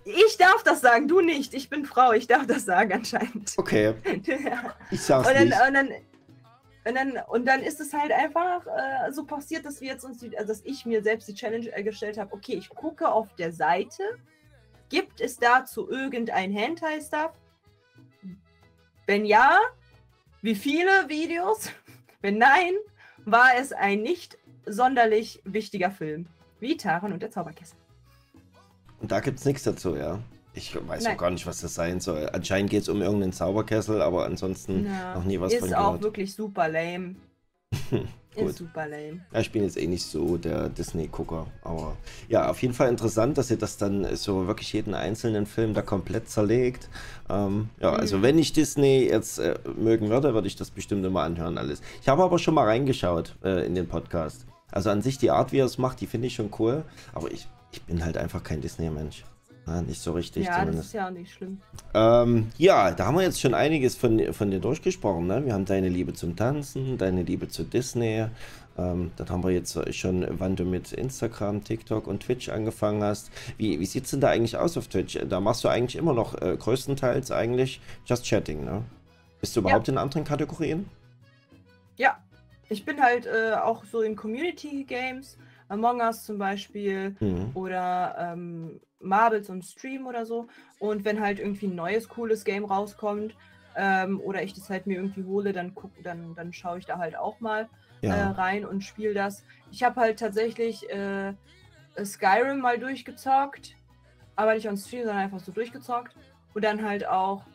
Ich darf das sagen, du nicht. Ich bin Frau, ich darf das sagen anscheinend. Okay, Ja. ich sag's Und dann, nicht. und dann ist es halt einfach so passiert, dass wir jetzt dass ich mir selbst die Challenge gestellt habe, okay, ich gucke auf der Seite, gibt es dazu irgendein Hentai-Stuff? Wenn ja, wie viele Videos? Wenn nein, war es ein nicht sonderlich wichtiger Film. Wie Taran und der Zauberkessel. Und da gibt's nichts dazu, ja. Ich weiß auch Nein. gar nicht, was das sein soll. Anscheinend geht es um irgendeinen Zauberkessel, aber ansonsten Ja, noch nie was von ist auch gehört. wirklich super lame. Gut. Ist super lame. Ja, ich bin jetzt eh nicht so der Disney-Gucker, aber ja, auf jeden Fall interessant, dass ihr das dann so wirklich jeden einzelnen Film da komplett zerlegt. Ja, also wenn ich Disney jetzt mögen würde, würde ich das bestimmt immer anhören alles. Ich habe aber schon mal reingeschaut in den Podcast. Also an sich die Art, wie er es macht, die finde ich schon cool, aber ich bin halt einfach kein Disney-Mensch. Ja, nicht so richtig Ja, das zumindest. ist ja auch nicht schlimm. Ja, da haben wir jetzt schon einiges von dir durchgesprochen, ne? Wir haben deine Liebe zum Tanzen, deine Liebe zu Disney. Dann haben wir jetzt schon, wann du mit Instagram, TikTok und Twitch angefangen hast. Wie sieht's denn da eigentlich aus auf Twitch? Da machst du eigentlich immer noch größtenteils eigentlich Just Chatting, ne? Bist du überhaupt in anderen Kategorien? Ja, ich bin halt auch so in Community Games, Among Us zum Beispiel oder Marbles und Stream oder so. Und wenn halt irgendwie ein neues, cooles Game rauskommt oder ich das halt mir irgendwie hole, dann schaue ich da halt auch mal rein und spiele das. Ich habe halt tatsächlich Skyrim mal durchgezockt, aber nicht on Stream, sondern einfach so durchgezockt. Und dann halt auch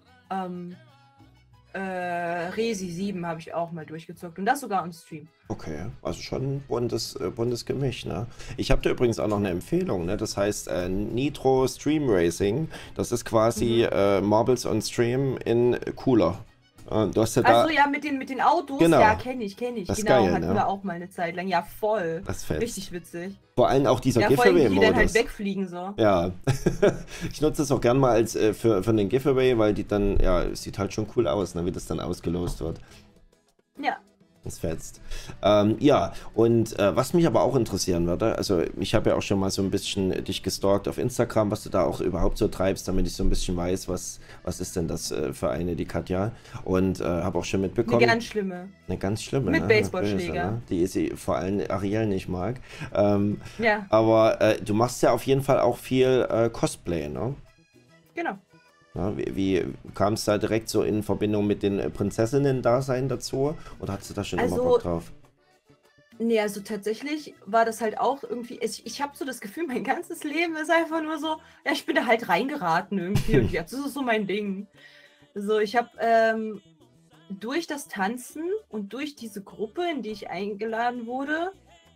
Resi 7 habe ich auch mal durchgezockt und das sogar on Stream. Okay, also schon ein buntes Gemisch, ne? Ich habe da übrigens auch noch eine Empfehlung, ne? Das heißt Nitro Stream Racing. Das ist quasi Marbles on Stream in cooler. Du hast ja da. Also ja, mit den Autos, Genau. ja, kenne ich. Das ist Genau, geil, hatten ne? wir auch mal eine Zeit lang. Ja, voll. Das fetzt. Richtig witzig. Vor allem auch dieser Ja, vor allem, wie die dann halt Giveaway-Modus. wegfliegen so. Ja, ich nutze das auch gern mal als für den Giveaway, weil die dann, ja, es sieht halt schon cool aus, ne, wie das dann ausgelost wird. Ja. Das fetzt. Ja, und was mich aber auch interessieren würde, also ich habe ja auch schon mal so ein bisschen dich gestalkt auf Instagram, was du da auch überhaupt so treibst, damit ich so ein bisschen weiß, was ist denn das für eine, die Katja. Und habe auch schon mitbekommen. Eine ganz schlimme. Eine ganz schlimme, Mit ne? Baseballschläger. Böse, ne? Die sie vor allem Ariel nicht mag. Ja, Aber du machst ja auf jeden Fall auch viel Cosplay, ne? genau. Ja, wie kam es da direkt so in Verbindung mit den Prinzessinnen-Dasein dazu? Oder hattest du da schon immer Also, Bock drauf? Nee, also tatsächlich war das halt auch irgendwie, ich habe so das Gefühl, mein ganzes Leben ist einfach nur so, ja, ich bin da halt reingeraten irgendwie und jetzt ist es so mein Ding. So, ich habe durch das Tanzen und durch diese Gruppe, in die ich eingeladen wurde,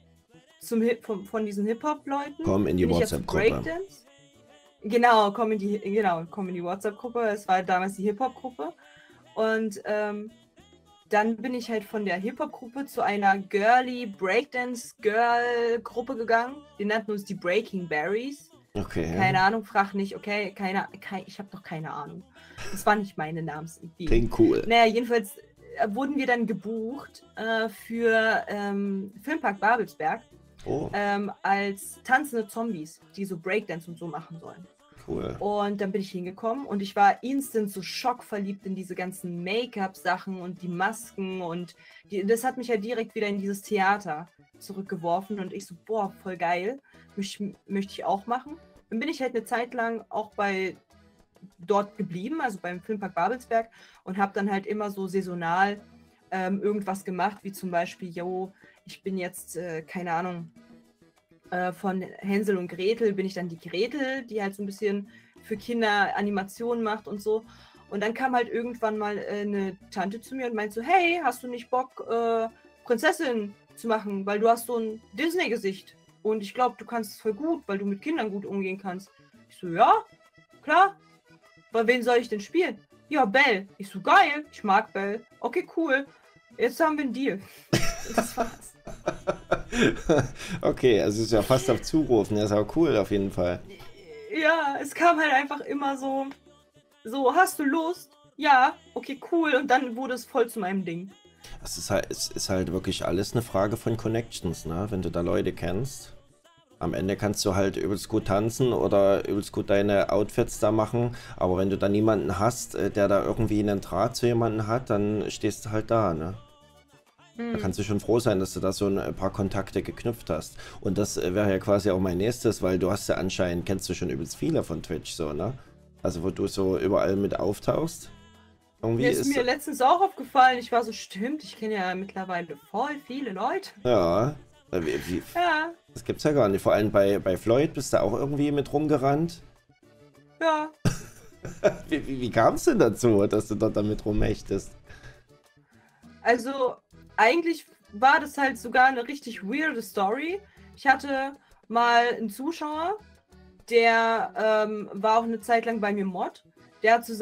von diesen Hip-Hop-Leuten, Komm in die bin ich ja zu WhatsApp-Gruppe. Breakdance. Genau, komm in die WhatsApp-Gruppe. Es war damals die Hip-Hop-Gruppe. Und dann bin ich halt von der Hip-Hop-Gruppe zu einer girly Breakdance-Girl-Gruppe gegangen. Die nannten uns die Breaking Berries. Okay. Keine Ahnung, frag nicht, okay? Ich habe doch keine Ahnung. Das war nicht meine Namensidee. Klingt cool. Naja, jedenfalls wurden wir dann gebucht für Filmpark Babelsberg Oh, als tanzende Zombies, die so Breakdance und so machen sollen. cool. Und dann bin ich hingekommen und ich war instant so schockverliebt in diese ganzen Make-up-Sachen und die Masken und das hat mich halt direkt wieder in dieses Theater zurückgeworfen und ich so, boah, voll geil, möchte ich auch machen. Dann bin ich halt eine Zeit lang auch dort geblieben, also beim Filmpark Babelsberg und habe dann halt immer so saisonal irgendwas gemacht, wie zum Beispiel, ich bin jetzt, keine Ahnung, von Hänsel und Gretel bin ich dann die Gretel, die halt so ein bisschen für Kinder Animationen macht und so. Und dann kam halt irgendwann mal eine Tante zu mir und meinte so, hey, hast du nicht Bock, Prinzessin zu machen, weil du hast so ein Disney-Gesicht und ich glaube, du kannst es voll gut, weil du mit Kindern gut umgehen kannst. Ich so, ja, klar. Bei wen soll ich denn spielen? Ja, Belle. Ich so, geil, ich mag Belle. Okay, cool. Jetzt haben wir einen Deal. Das war's. Okay, also ist ja fast auf Zuruf, ne? Ist auch cool auf jeden Fall. Ja, es kam halt einfach immer so, hast du Lust? Ja, okay, cool. Und dann wurde es voll zu meinem Ding. Es ist halt wirklich alles eine Frage von Connections, ne? Wenn du da Leute kennst. Am Ende kannst du halt übelst gut tanzen oder übelst gut deine Outfits da machen, aber wenn du da niemanden hast, der da irgendwie einen Draht zu jemandem hat, dann stehst du halt da, ne? Da Hm. kannst du schon froh sein, dass du da so ein paar Kontakte geknüpft hast. Und das wäre ja quasi auch mein nächstes, weil du hast ja anscheinend, kennst du schon übelst viele von Twitch, so, ne? Also wo du so überall mit auftauchst. Irgendwie Mir ist ist, mir letztens auch aufgefallen, ich war so, stimmt, ich kenne ja mittlerweile voll viele Leute. ja, Ja, das gibt's ja gar nicht. Vor allem bei Floyd bist du auch irgendwie mit rumgerannt. ja. Wie kam es denn dazu, dass du dort damit rumhechtest? Also, eigentlich war das halt sogar eine richtig weirde Story. Ich hatte mal einen Zuschauer, der war auch eine Zeit lang bei mir Mod. Der hat so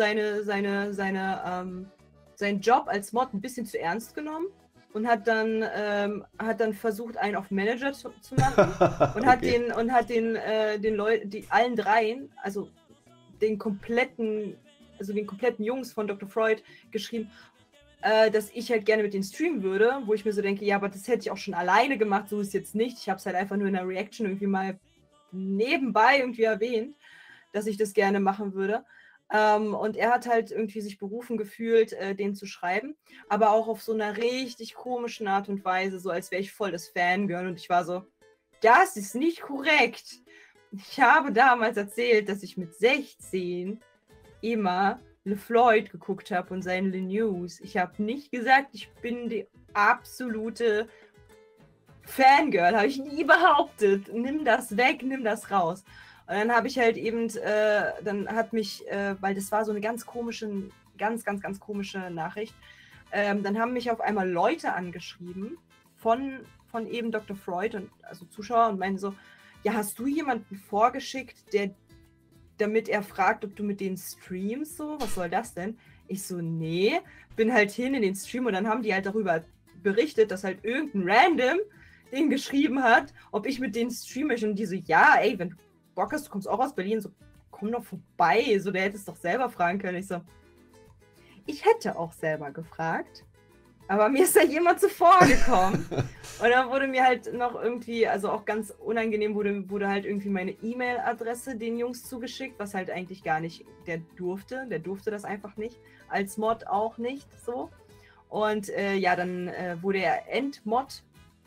seinen Job als Mod ein bisschen zu ernst genommen und hat dann versucht, einen auf Manager zu machen und Okay. hat den Leuten, allen dreien, also den kompletten Jungs von Dr. Freud geschrieben, dass ich halt gerne mit denen streamen würde, wo ich mir so denke, ja, aber das hätte ich auch schon alleine gemacht, so ist es jetzt nicht. Ich habe es halt einfach nur in der Reaction irgendwie mal nebenbei irgendwie erwähnt, dass ich das gerne machen würde. Und er hat halt irgendwie sich berufen gefühlt, den zu schreiben, aber auch auf so einer richtig komischen Art und Weise, so als wäre ich voll das Fangirl. Und ich war so, das ist nicht korrekt. Ich habe damals erzählt, dass ich mit 16 immer LeFloid geguckt habe und seine Le News. Ich habe nicht gesagt, ich bin die absolute Fangirl, habe ich nie behauptet. Nimm das weg, nimm das raus. Und dann habe ich halt eben, dann hat mich, weil das war so eine ganz komische, ganz komische Nachricht, dann haben mich auf einmal Leute angeschrieben von eben Dr. Freud und also Zuschauer und meinen so, ja, hast du jemanden vorgeschickt, damit er fragt, ob du mit denen streamst, so, was soll das denn? Ich so, nee, bin halt hin in den Stream und dann haben die halt darüber berichtet, dass halt irgendein Random den geschrieben hat, ob ich mit denen streame. Und die so, ja, ey, wenn du Bock hast, du kommst auch aus Berlin, so, komm doch vorbei, so, der hätte es doch selber fragen können. Ich so, ich hätte auch selber gefragt, aber mir ist da jemand zuvor gekommen. Und dann wurde mir halt noch irgendwie, also auch ganz unangenehm, wurde halt irgendwie meine E-Mail-Adresse den Jungs zugeschickt, was halt eigentlich gar nicht, der durfte das einfach nicht, als Mod auch nicht so. Und ja, dann wurde er entmoddet.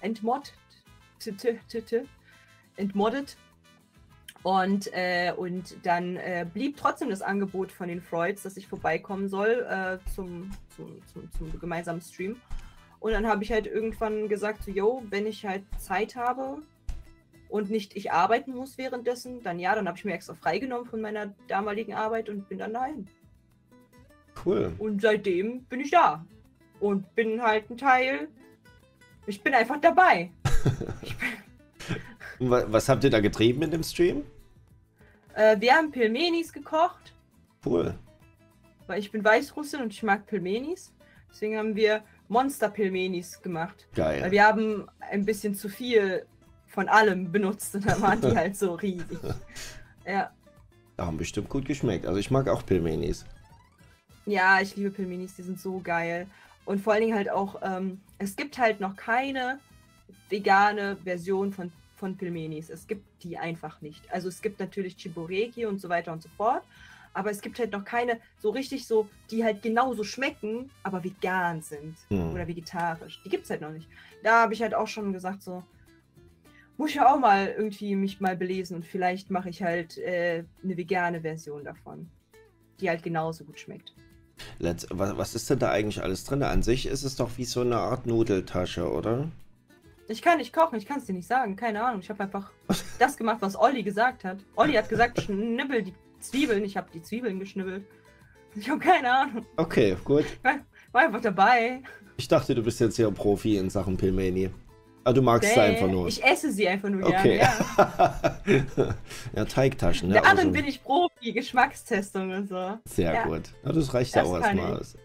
Und dann blieb trotzdem das Angebot von den Freuds, dass ich vorbeikommen soll zum gemeinsamen Stream. Und dann habe ich halt irgendwann gesagt, so, yo, wenn ich halt Zeit habe und nicht ich arbeiten muss währenddessen, dann ja, dann habe ich mir extra freigenommen von meiner damaligen Arbeit und bin dann dahin. Cool. Und seitdem bin ich da. Und bin halt ein Teil. Ich bin einfach dabei. Was habt ihr da getrieben in dem Stream? Wir haben Pilmenis gekocht. Cool. Weil ich bin Weißrussin und ich mag Pilmenis. Deswegen haben wir Monster-Pilmenis gemacht. Geil. Weil wir haben ein bisschen zu viel von allem benutzt und dann waren die halt so riesig. Ja. Haben bestimmt gut geschmeckt. Also ich mag auch Pilmenis. Ja, ich liebe Pilmenis, die sind so geil. Und vor allen Dingen halt auch, es gibt halt noch keine vegane Version von Pilmenis. Es gibt die einfach nicht. Also es gibt natürlich Chiboreki und so weiter und so fort. Aber es gibt halt noch keine so richtig so, die halt genauso schmecken, aber vegan sind. Oder vegetarisch. Die gibt es halt noch nicht. Da habe ich halt auch schon gesagt, so, muss ich ja auch mal irgendwie mich mal belesen und vielleicht mache ich halt eine vegane Version davon, die halt genauso gut schmeckt. Was ist denn da eigentlich alles drin? An sich ist es doch wie so eine Art Nudeltasche, oder? Ich kann nicht kochen, ich kann es dir nicht sagen, keine Ahnung. Ich habe einfach das gemacht, was Olli gesagt hat. Olli hat gesagt, schnibbel die Zwiebeln. Ich habe die Zwiebeln geschnibbelt. Ich habe keine Ahnung. Okay, gut. War einfach dabei. Ich dachte, du bist jetzt hier Profi in Sachen Pilmeni. Ah, du magst sie einfach nur. Ich esse sie einfach nur okay. gerne, ja. Ja, Teigtaschen. Der ja, anderen bin ich Profi, Geschmackstestung und so. Sehr ja. gut. Ja, das reicht ja auch erstmal aus.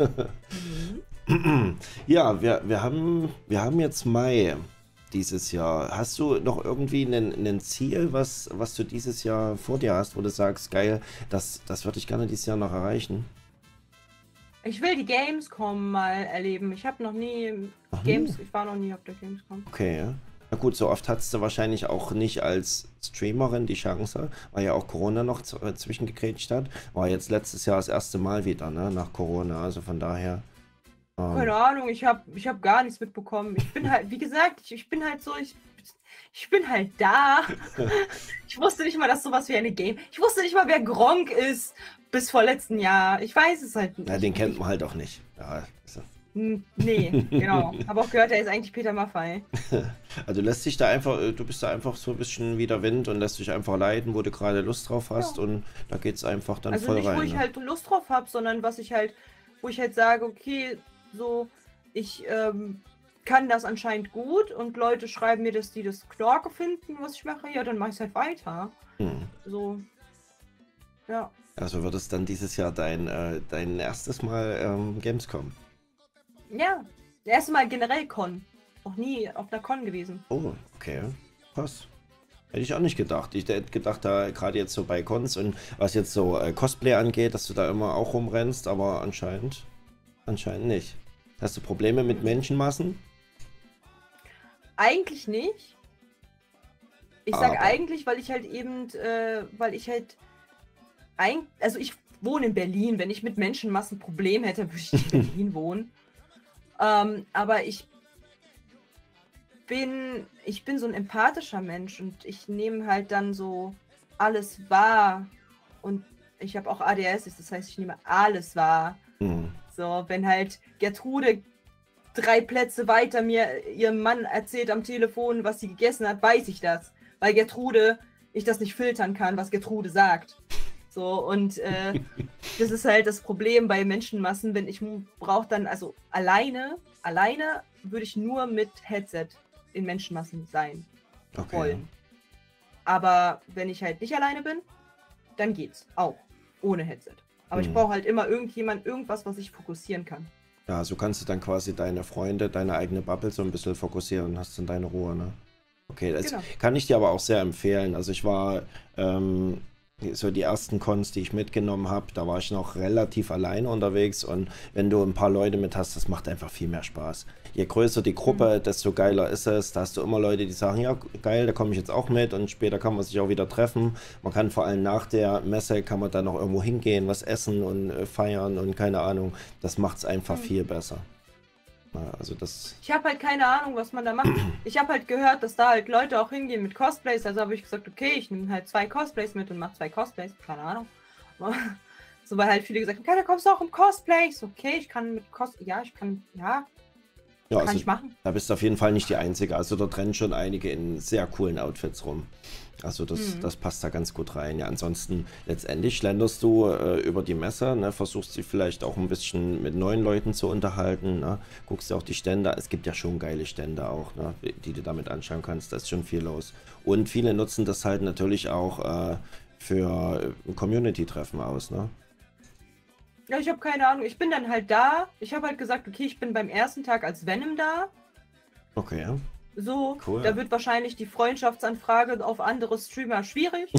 Mhm. Ja, wir haben jetzt Mai dieses Jahr. Hast du noch irgendwie ein Ziel, was du dieses Jahr vor dir hast, wo du sagst, geil, das würde ich gerne dieses Jahr noch erreichen? Ich will die Gamescom mal erleben. Ich habe noch nie ich war noch nie auf der Gamescom. Okay, ja. Na gut, so oft hattest du wahrscheinlich auch nicht als Streamerin die Chance, weil ja auch Corona noch zwischengegrätscht hat. War jetzt letztes Jahr das erste Mal wieder, ne, nach Corona. Also von daher. Keine Ahnung, ich hab gar nichts mitbekommen. Ich bin halt, wie gesagt, ich bin halt so, ich bin halt da. Ich wusste nicht mal, dass sowas wie eine Game. Ich wusste nicht mal, wer Gronkh ist bis vor letzten Jahr. Ich weiß es halt nicht. Ja, den kennt man halt auch nicht. Ja, so. Nee, genau. Habe auch gehört, er ist eigentlich Peter Maffay. Also lässt sich da einfach, du bist da einfach so ein bisschen wie der Wind und lässt dich einfach leiten, wo du gerade Lust drauf hast Ja. und da geht's einfach dann Also voll nicht, wo rein. ich Ne? halt Lust drauf habe, sondern wo ich halt sage, okay, so, ich kann das anscheinend gut und Leute schreiben mir, dass die das Knorke finden, was ich mache, ja, dann mache ich es halt weiter. Hm. So, ja. Also wird es dann dieses Jahr dein erstes Mal Gamescom? Ja, das erste Mal generell Con. Noch nie auf einer Con gewesen. Oh, okay. Krass. Hätte ich auch nicht gedacht. Ich hätte gedacht, da gerade jetzt so bei Cons und was jetzt so Cosplay angeht, dass du da immer auch rumrennst, aber anscheinend nicht. Hast du Probleme mit Menschenmassen? Eigentlich nicht. Ich sag Aber. eigentlich, weil ich halt eben, weil ich halt, also ich wohne in Berlin. Wenn ich mit Menschenmassen ein Problem hätte, würde ich in Berlin wohnen. Aber ich bin so ein empathischer Mensch und ich nehme halt dann so alles wahr. Und ich habe auch ADS, das heißt, ich nehme alles wahr. Hm. So, wenn halt Gertrude 3 Plätze weiter mir ihrem Mann erzählt am Telefon, was sie gegessen hat, weiß ich das. Weil Gertrude, ich das nicht filtern kann, was Gertrude sagt. So, und das ist halt das Problem bei Menschenmassen, wenn ich brauche dann, also alleine würde ich nur mit Headset in Menschenmassen sein Okay. wollen. Aber wenn ich halt nicht alleine bin, dann geht's auch ohne Headset. Aber ich brauche halt immer irgendwas, was ich fokussieren kann. Ja, so kannst du dann quasi deine Freunde, deine eigene Bubble so ein bisschen fokussieren und hast dann deine Ruhe, ne? Okay, das Genau. kann ich dir aber auch sehr empfehlen. Also ich war so die ersten Cons, die ich mitgenommen habe, da war ich noch relativ alleine unterwegs und wenn du ein paar Leute mit hast, das macht einfach viel mehr Spaß. Je größer die Gruppe, desto geiler ist es. Da hast du immer Leute, die sagen, ja geil, da komme ich jetzt auch mit und später kann man sich auch wieder treffen. Man kann vor allem nach der Messe, kann man dann noch irgendwo hingehen, was essen und feiern und keine Ahnung. Das macht es einfach viel besser. Ja, also das... Ich habe halt keine Ahnung, was man da macht. Ich habe halt gehört, dass da halt Leute auch hingehen mit Cosplays. Also habe ich gesagt, okay, ich nehme halt 2 Cosplays mit und mache 2 Cosplays. Keine Ahnung. So, weil halt viele gesagt haben, okay, da kommst du auch im Cosplay. Ich so, okay, ich kann mit Cosplay. Ja, Ja, kann also ich machen. da bist du auf jeden Fall nicht die Einzige. Also da rennen schon einige in sehr coolen Outfits rum. Also das passt da ganz gut rein. Ja, ansonsten letztendlich schlenderst du über die Messe, ne, versuchst dich vielleicht auch ein bisschen mit neuen Leuten zu unterhalten, ne, guckst dir auch die Stände. Es gibt ja schon geile Stände auch, ne, die du damit anschauen kannst. Da ist schon viel los. Und viele nutzen das halt natürlich auch für Community-Treffen aus, ne? Ja, ich habe keine Ahnung. Ich bin dann halt da. Ich habe halt gesagt, okay, ich bin beim ersten Tag als Venom da. Okay, ja. So, Cool. da wird wahrscheinlich die Freundschaftsanfrage auf andere Streamer schwierig.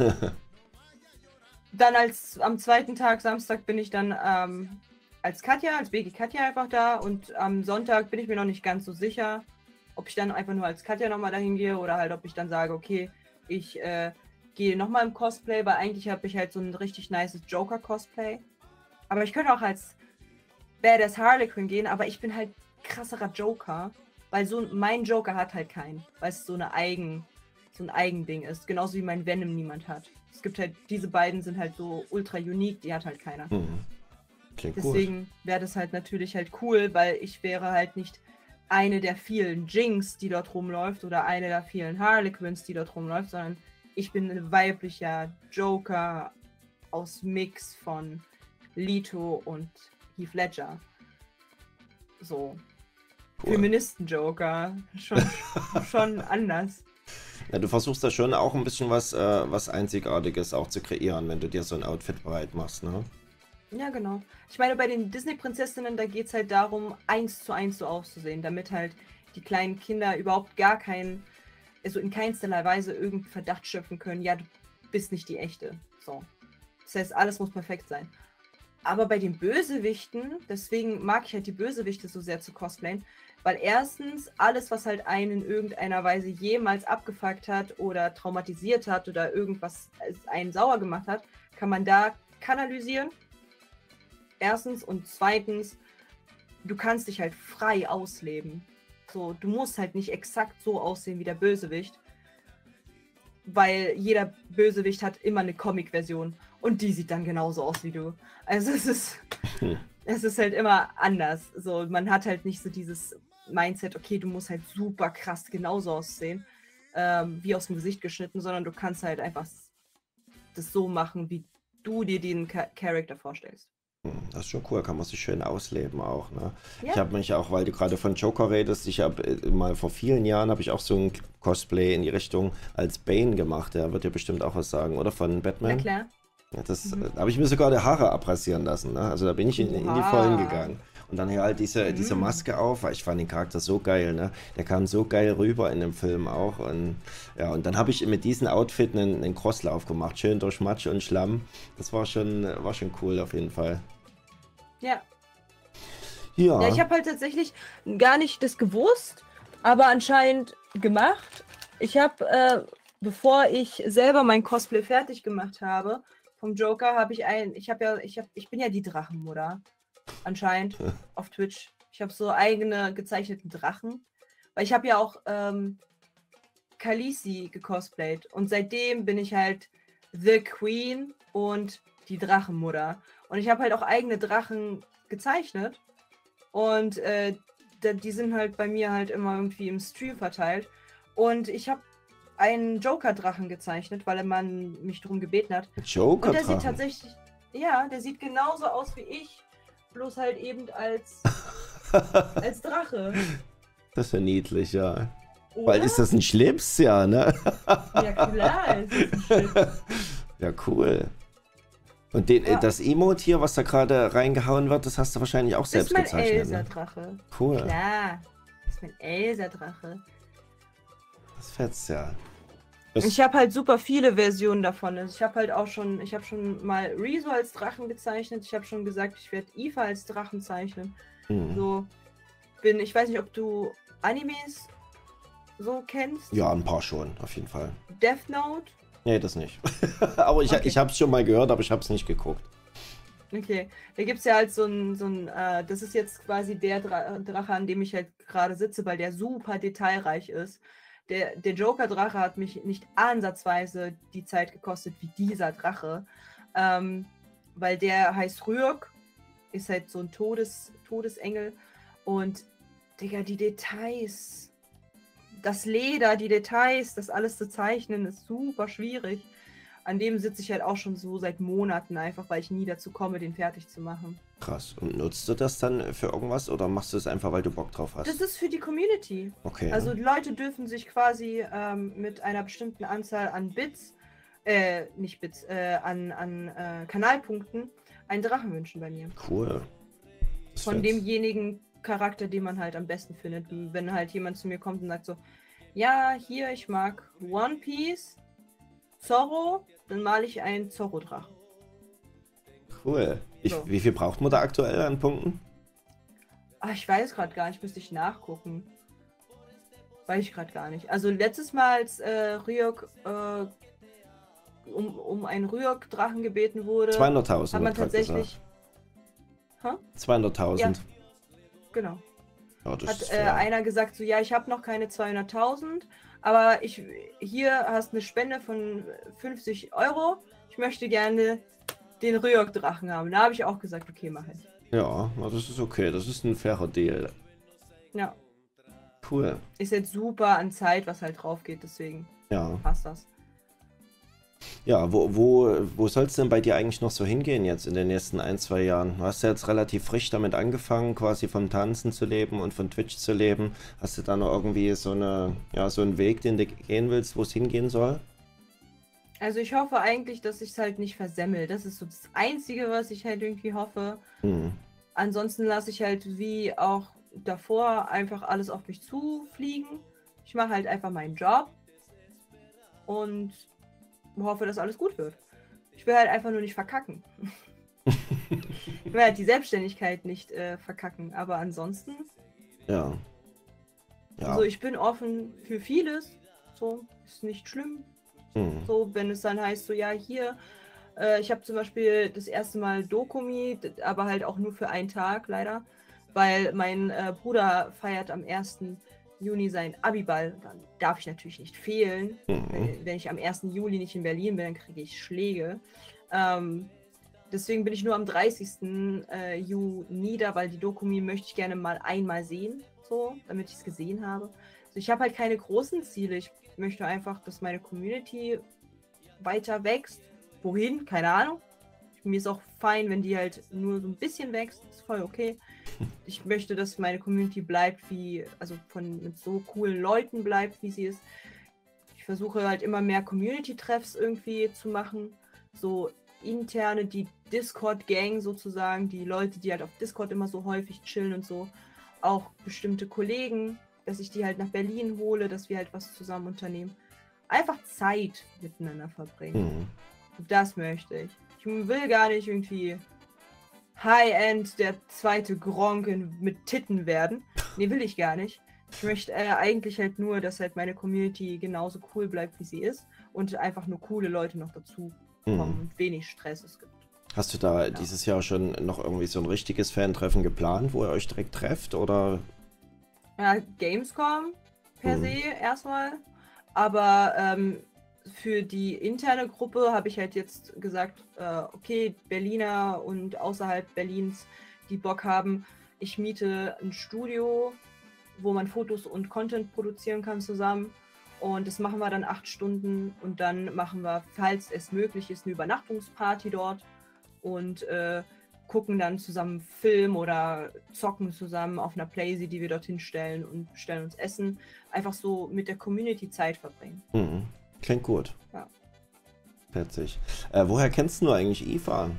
Dann am zweiten Tag, Samstag, bin ich dann als Katja, als BG Katja einfach da. Und am Sonntag bin ich mir noch nicht ganz so sicher, ob ich dann einfach nur als Katja nochmal dahin gehe oder halt, ob ich dann sage, okay, ich gehe nochmal im Cosplay, weil eigentlich habe ich halt so ein richtig nices Joker-Cosplay. Aber ich könnte auch als Badass Harley Quinn gehen, aber ich bin halt krasserer Joker, weil so mein Joker hat halt keinen, weil es so ein Eigending ist, genauso wie mein Venom niemand hat. Es gibt halt, diese beiden sind halt so ultra unique, die hat halt keiner. Klingt gut. Deswegen wäre das halt natürlich halt cool, weil ich wäre halt nicht eine der vielen Jinx, die dort rumläuft oder eine der vielen Harley Quinns, die dort rumläuft, sondern ich bin ein weiblicher Joker aus Mix von Leto und Heath Ledger. So. Cool. Feministen-Joker. Schon anders. Ja, du versuchst da schon auch ein bisschen was Einzigartiges auch zu kreieren, wenn du dir so ein Outfit bereit machst, ne? Ja, genau. Ich meine, bei den Disney-Prinzessinnen, da geht es halt darum, 1:1 so auszusehen, damit halt die kleinen Kinder überhaupt also in keinsterlei Weise irgendeinen Verdacht schöpfen können, ja, du bist nicht die echte. So. Das heißt, alles muss perfekt sein. Aber bei den Bösewichten, deswegen mag ich halt die Bösewichte so sehr zu cosplayen, Weil erstens, alles, was halt einen in irgendeiner Weise jemals abgefuckt hat oder traumatisiert hat oder irgendwas einen sauer gemacht hat, kann man da kanalisieren. Erstens. Und zweitens, du kannst dich halt frei ausleben. So, du musst halt nicht exakt so aussehen wie der Bösewicht. Weil jeder Bösewicht hat immer eine Comic-Version. Und die sieht dann genauso aus wie du. Also es ist halt immer anders. So, man hat halt nicht so dieses Mindset, okay, du musst halt super krass genauso aussehen, wie aus dem Gesicht geschnitten, sondern du kannst halt einfach das so machen, wie du dir den Charakter vorstellst. Das ist schon cool, kann man sich schön ausleben auch, ne? Ja. Ich habe mich auch, weil du gerade von Joker redest, ich habe mal vor vielen Jahren, habe ich auch so ein Cosplay in die Richtung als Bane gemacht, der wird dir bestimmt auch was sagen, oder? Von Batman? Na klar. Ja, das habe ich mir sogar die Haare abrasieren lassen, ne? Also da bin ich in die Vollen gegangen. Und dann hier halt diese Maske auf, weil ich fand den Charakter so geil, ne? Der kam so geil rüber in dem Film auch. Und ja, und dann habe ich mit diesem Outfit einen Crosslauf gemacht, schön durch Matsch und Schlamm. Das war schon cool auf jeden Fall. Ja. Ja. Ja, ich habe halt tatsächlich gar nicht das gewusst, aber anscheinend gemacht. Ich habe, bevor ich selber mein Cosplay fertig gemacht habe, vom Joker, ich bin ja die Drachenmutter. Anscheinend auf Twitch. Ich habe so eigene gezeichneten Drachen. Weil ich habe ja auch Khaleesi gecosplayt. Und seitdem bin ich halt The Queen und die Drachenmutter. Und ich habe halt auch eigene Drachen gezeichnet. Und die sind halt bei mir halt immer irgendwie im Stream verteilt. Und ich habe einen Joker-Drachen gezeichnet, weil man mich darum gebeten hat. Und der sieht Joker-Drachen? tatsächlich, ja, der sieht genauso aus wie ich. Bloß halt eben als Drache. Das ist ja niedlich, ja. Oder? Weil ist das ein Schlips? Ja, ne? Ja, klar, es ist ein Schlips. Ja, cool. Und Ja. das Emote hier, was da gerade reingehauen wird, das hast du wahrscheinlich auch Das selbst ist mein gezeichnet, ne? Elsa-Drache. Cool. Klar, das ist mein Elsa-Drache. Das fetzt ja. Ich habe halt super viele Versionen davon. Also ich habe schon mal Rezo als Drachen gezeichnet. Ich habe schon gesagt, ich werde Eva als Drachen zeichnen. Mhm. Ich weiß nicht, ob du Animes so kennst. Ja, ein paar schon, auf jeden Fall. Death Note. Nee, das nicht. Aber ich habe es schon mal gehört, aber ich habe es nicht geguckt. Okay, da gibt es ja halt das ist jetzt quasi der Drache, an dem ich halt gerade sitze, weil der super detailreich ist. Der Joker-Drache hat mich nicht ansatzweise die Zeit gekostet wie dieser Drache, weil der heißt Ryuk, ist halt so ein Todesengel und, Digga, die Details, das Leder, die Details, das alles zu zeichnen, ist super schwierig. An dem sitze ich halt auch schon so seit Monaten einfach, weil ich nie dazu komme, den fertig zu machen. Krass. Und nutzt du das dann für irgendwas oder machst du es einfach, weil du Bock drauf hast? Das ist für die Community. Okay. Also die Leute dürfen sich quasi mit einer bestimmten Anzahl an Bits, nicht Bits, an Kanalpunkten einen Drachen wünschen bei mir. Cool. Das Von fetzt. demjenigen Charakter, den man halt am besten findet. Wenn halt jemand zu mir kommt und sagt so, ja, hier, ich mag One Piece, Zorro, dann male ich einen Zorro-Drachen. Cool. So. Wie viel braucht man da aktuell an Punkten? Ach, ich weiß gerade gar nicht, müsste ich nachgucken. Weiß ich gerade gar nicht. Also letztes Mal, als Ryuk um einen Ryuk-Drachen gebeten wurde, 200.000 hat man wird grad tatsächlich... gesagt. 200.000. Ja. Genau. Ja, das Hat ist fair. einer gesagt, so, ja, ich habe noch keine 200.000, aber hier hast eine Spende von 50 €. Ich möchte gerne den Ryuk-Drachen haben. Da habe ich auch gesagt, okay, mach ich. Ja, na, das ist okay. Das ist ein fairer Deal. Ja, Cool. ist jetzt super an Zeit, was halt drauf geht, deswegen Ja. passt das. Ja, wo soll es denn bei dir eigentlich noch so hingehen jetzt in den nächsten 1, 2 Jahren? Du hast ja jetzt relativ frisch damit angefangen, quasi vom Tanzen zu leben und von Twitch zu leben. Hast du da noch irgendwie so einen Weg, den du gehen willst, wo es hingehen soll? Also ich hoffe eigentlich, dass ich es halt nicht versemmel. Das ist so das Einzige, was ich halt irgendwie hoffe. Hm. Ansonsten lasse ich halt wie auch davor einfach alles auf mich zufliegen. Ich mache halt einfach meinen Job und hoffe, dass alles gut wird. Ich will halt einfach nur nicht verkacken. Ich will halt die Selbstständigkeit nicht verkacken, aber ansonsten Ja. Ja. Also ich bin offen für vieles, so, ist nicht schlimm. Mhm. So, wenn es dann heißt, so, ja, hier, ich habe zum Beispiel das erste Mal Dokumi, aber halt auch nur für einen Tag, leider, weil mein Bruder feiert am 1. Juni seinen Abiball. Dann darf ich natürlich nicht fehlen. Mhm. Wenn ich am 1. Juli nicht in Berlin bin, dann kriege ich Schläge. Deswegen bin ich nur am 30. Juni da, weil die Dokumi möchte ich gerne mal einmal sehen, so, damit ich es gesehen habe. Also ich habe halt keine großen Ziele. Ich möchte einfach, dass meine Community weiter wächst. Wohin? Keine Ahnung. Mir ist auch fein, wenn die halt nur so ein bisschen wächst. Ist voll okay. Ich möchte, dass meine Community bleibt, also mit so coolen Leuten bleibt, wie sie ist. Ich versuche halt immer mehr Community-Treffs irgendwie zu machen. So interne, die Discord-Gang sozusagen, die Leute, die halt auf Discord immer so häufig chillen und so. Auch bestimmte Kollegen, dass ich die halt nach Berlin hole, dass wir halt was zusammen unternehmen. Einfach Zeit miteinander verbringen. Das möchte ich. Ich will gar nicht irgendwie High-End der zweite Gronk mit Titten werden. Nee, will ich gar nicht. Ich möchte eigentlich halt nur, dass halt meine Community genauso cool bleibt, wie sie ist und einfach nur coole Leute noch dazu kommen und wenig Stress es gibt. Hast du da dieses Jahr schon noch irgendwie so ein richtiges Fan-Treffen geplant, wo ihr euch direkt trefft, oder? Ja, Gamescom per se erstmal, aber für die interne Gruppe habe ich halt jetzt gesagt, okay, Berliner und außerhalb Berlins, die Bock haben, ich miete ein Studio, wo man Fotos und Content produzieren kann zusammen. Und das machen wir dann 8 Stunden und dann machen wir, falls es möglich ist, eine Übernachtungsparty dort und gucken dann zusammen Film oder zocken zusammen auf einer Playsee, die wir dorthin stellen und bestellen uns Essen. Einfach so mit der Community Zeit verbringen. Klingt gut. Ja. Witzig. Woher kennst du eigentlich Eva?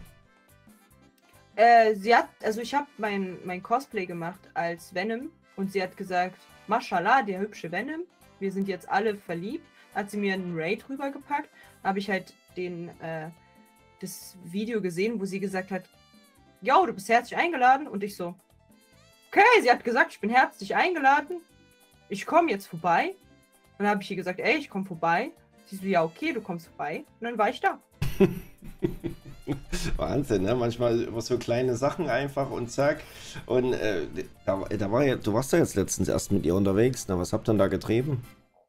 Ich habe mein Cosplay gemacht als Venom und sie hat gesagt, Mashallah, der hübsche Venom, wir sind jetzt alle verliebt. Hat sie mir einen Raid rübergepackt, habe ich halt das Video gesehen, wo sie gesagt hat, yo, du bist herzlich eingeladen. Und ich so, okay, sie hat gesagt, ich bin herzlich eingeladen. Ich komme jetzt vorbei. Und dann habe ich ihr gesagt, ey, ich komme vorbei. Sie so, ja, okay, du kommst vorbei. Und dann war ich da. Wahnsinn, ne? Manchmal über so kleine Sachen einfach und zack. Und du warst ja jetzt letztens erst mit ihr unterwegs. Ne? Was habt ihr denn da getrieben?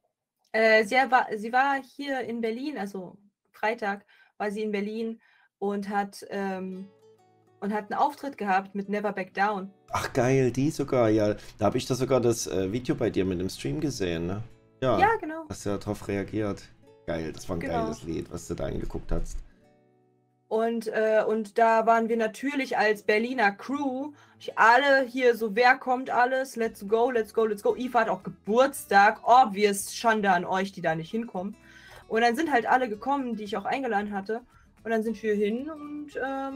Sie war hier in Berlin, also Freitag war sie in Berlin und hat einen Auftritt gehabt mit Never Back Down. Ach geil, die sogar, ja. Da habe ich da sogar das Video bei dir mit dem Stream gesehen, ne? Ja, genau. Hast du ja darauf reagiert. Geil, das war ein geiles Lied, was du da angeguckt hast. Und da waren wir natürlich als Berliner Crew, alle hier so, wer kommt alles? Let's go, let's go, let's go. Eva hat auch Geburtstag, obvious Schande an euch, die da nicht hinkommen. Und dann sind halt alle gekommen, die ich auch eingeladen hatte. Und dann sind wir hin und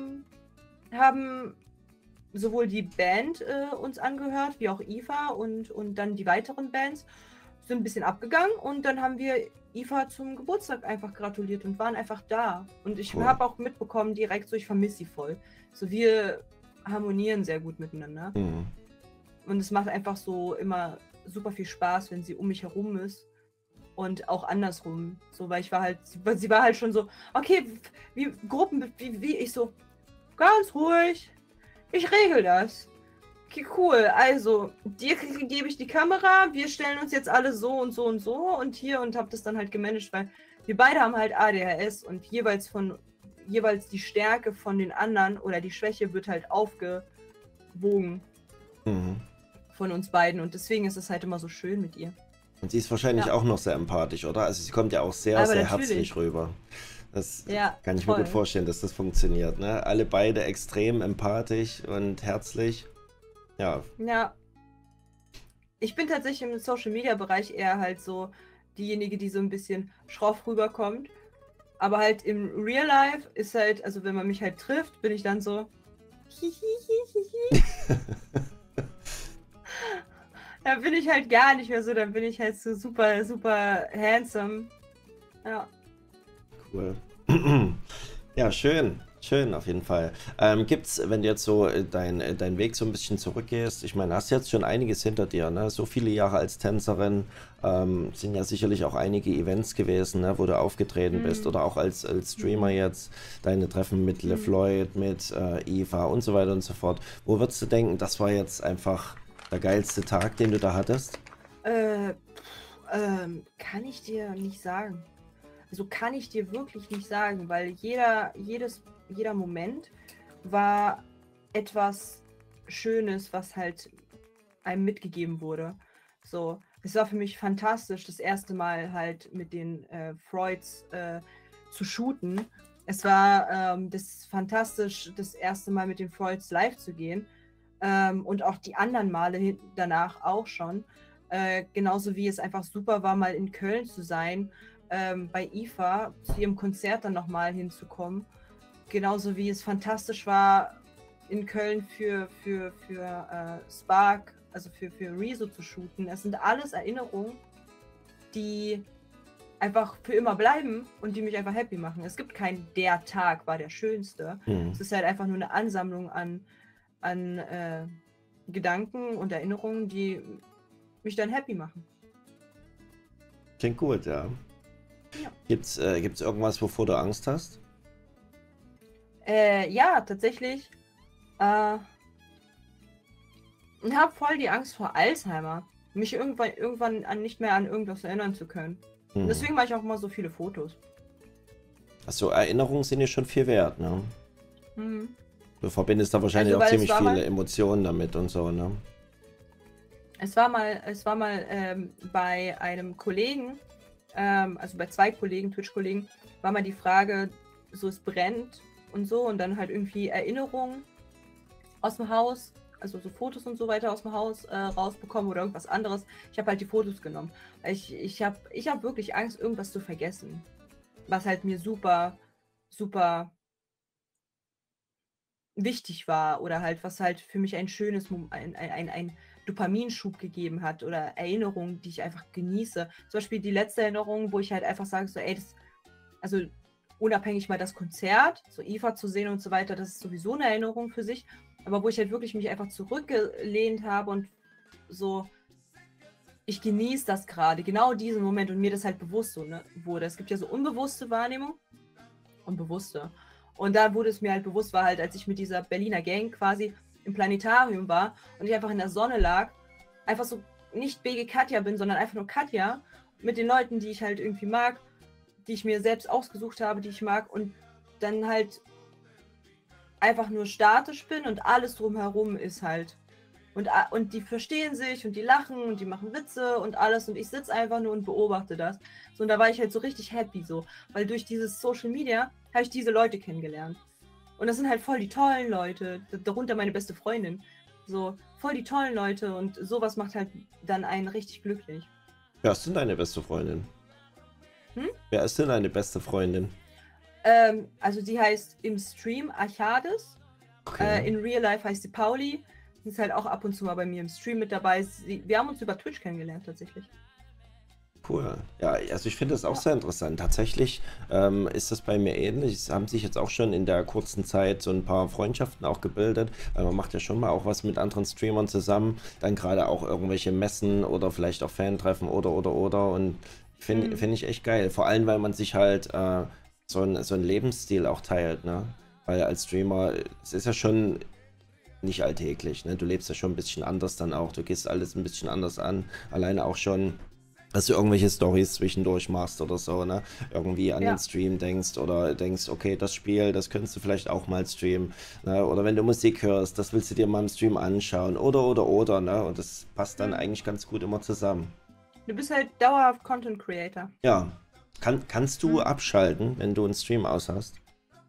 haben sowohl die Band uns angehört, wie auch Eva und dann die weiteren Bands. Sind ein bisschen abgegangen und dann haben wir Eva zum Geburtstag einfach gratuliert und waren einfach da. Und ich habe auch mitbekommen direkt so, ich vermisse sie voll. So, wir harmonieren sehr gut miteinander. Und es macht einfach so immer super viel Spaß, wenn sie um mich herum ist. Und auch andersrum. So, weil sie war halt schon so, okay, wie ich so, ganz ruhig, ich regel das. Okay, cool. Also, dir gebe ich die Kamera, wir stellen uns jetzt alle so und so und so und hier und habe das dann halt gemanagt, weil wir beide haben halt ADHS und jeweils die Stärke von den anderen oder die Schwäche wird halt aufgewogen von uns beiden und deswegen ist es halt immer so schön mit ihr. Und sie ist wahrscheinlich auch noch sehr empathisch, oder? Also sie kommt ja auch sehr, aber sehr natürlich herzlich rüber. Das kann ich voll. mir gut vorstellen, dass das funktioniert, ne? Alle beide extrem empathisch und herzlich. Ja. Ja. Ich bin tatsächlich im Social-Media-Bereich eher halt so diejenige, die so ein bisschen schroff rüberkommt. Aber halt im Real Life ist halt, also wenn man mich halt trifft, bin ich dann so Da bin ich halt gar nicht mehr so, dann bin ich halt so super, super handsome. Ja. Cool. Ja, schön. Schön, auf jeden Fall. Gibt's, wenn du jetzt so dein Weg so ein bisschen zurückgehst, ich meine, hast jetzt schon einiges hinter dir, ne? So viele Jahre als Tänzerin, sind ja sicherlich auch einige Events gewesen, ne, wo du aufgetreten bist Hm, oder auch als Streamer hm, jetzt, deine Treffen mit hm. LeFloid, mit Eva und so weiter und so fort. Wo würdest du denken, das war jetzt einfach der geilste Tag, den du da hattest? Kann ich dir nicht sagen. Also kann ich dir wirklich nicht sagen, weil jeder Moment war etwas Schönes, was halt einem mitgegeben wurde. So, es war für mich fantastisch, das erste Mal halt mit den Freuds zu shooten. Es war das fantastisch, das erste Mal mit den Freuds live zu gehen. Und auch die anderen Male danach auch schon. Genauso wie es einfach super war, mal in Köln zu sein, bei IFA zu ihrem Konzert dann nochmal hinzukommen. Genauso wie es fantastisch war, in Köln für Spark, also für Rezo zu shooten. Es sind alles Erinnerungen, die einfach für immer bleiben und die mich einfach happy machen. Es gibt keinen, der Tag war der schönste. Hm. Es ist halt einfach nur eine Ansammlung an Gedanken und Erinnerungen, die mich dann happy machen. Klingt gut, ja. Ja, Gibt's irgendwas, wovor du Angst hast? ja tatsächlich. Äh, Ich habe voll die Angst vor Alzheimer. Mich irgendwann nicht mehr an irgendwas erinnern zu können. Und Hm. deswegen mache ich auch mal so viele Fotos. Also Erinnerungen sind ja schon viel wert, ne? Mhm. Du verbindest da wahrscheinlich Also, auch weil es ziemlich war viele mal, Emotionen damit und so, ne? es war mal bei einem Kollegen, also bei zwei Kollegen, Twitch-Kollegen, war mal die Frage, so es brennt und so und dann halt irgendwie Erinnerungen aus dem Haus, also so Fotos und so weiter aus dem Haus rausbekommen oder irgendwas anderes. Ich habe halt die Fotos genommen. Ich hab wirklich Angst, irgendwas zu vergessen. Was halt mir super, super wichtig war oder halt, was halt für mich ein schönes, ein Dopaminschub gegeben hat oder Erinnerungen, die ich einfach genieße. Zum Beispiel die letzte Erinnerung, wo ich halt einfach sage, so, ey, also unabhängig mal das Konzert, so Eva zu sehen und so weiter, das ist sowieso eine Erinnerung für sich, aber wo ich halt wirklich mich einfach zurückgelehnt habe und so, ich genieße das gerade, genau diesen Moment und mir das halt bewusst so, ne, wurde. Es gibt ja so unbewusste Wahrnehmung und bewusste. Und da wurde es mir halt bewusst, war halt, als ich mit dieser Berliner Gang quasi im Planetarium war und ich einfach in der Sonne lag, einfach so nicht BG Katja bin, sondern einfach nur Katja mit den Leuten, die ich halt irgendwie mag, die ich mir selbst ausgesucht habe, die ich mag und dann halt einfach nur statisch bin und alles drumherum ist halt. Und die verstehen sich und die lachen und die machen Witze und alles und ich sitze einfach nur und beobachte das. So, und da war ich halt so richtig happy so, weil durch dieses Social Media habe ich diese Leute kennengelernt. Und das sind halt voll die tollen Leute, darunter meine beste Freundin. So, voll die tollen Leute und sowas macht halt dann einen richtig glücklich. Wer ist denn deine beste Freundin? Hm? Wer ist denn deine beste Freundin? Also die heißt im Stream Archades, Okay, in Real Life heißt sie Pauli. Sie ist halt auch ab und zu mal bei mir im Stream mit dabei. Wir haben uns über Twitch kennengelernt tatsächlich. cool. Ja, also ich finde das auch Ja. sehr interessant. Tatsächlich ist das bei mir ähnlich. Es haben sich jetzt auch schon in der kurzen Zeit so ein paar Freundschaften auch gebildet, weil man macht ja schon mal auch was mit anderen Streamern zusammen, dann gerade auch irgendwelche Messen oder vielleicht auch Fan-Treffen oder und Hm. finde ich echt geil. Vor allem, weil man sich halt so ein Lebensstil auch teilt, ne? Weil als Streamer, es ist ja schon nicht alltäglich, ne? Du lebst ja schon ein bisschen anders dann auch, du gehst alles ein bisschen anders an, alleine auch schon, dass du irgendwelche Stories zwischendurch machst oder so, ne? Irgendwie an den Ja. Stream denkst oder denkst, okay, das Spiel, das könntest du vielleicht auch mal streamen, ne? Oder wenn du Musik hörst, das willst du dir mal im Stream anschauen oder, ne? Und das passt dann Hm. eigentlich ganz gut immer zusammen. Du bist halt dauerhaft Content Creator. Ja. Kannst du Hm. abschalten, wenn du einen Stream aus hast?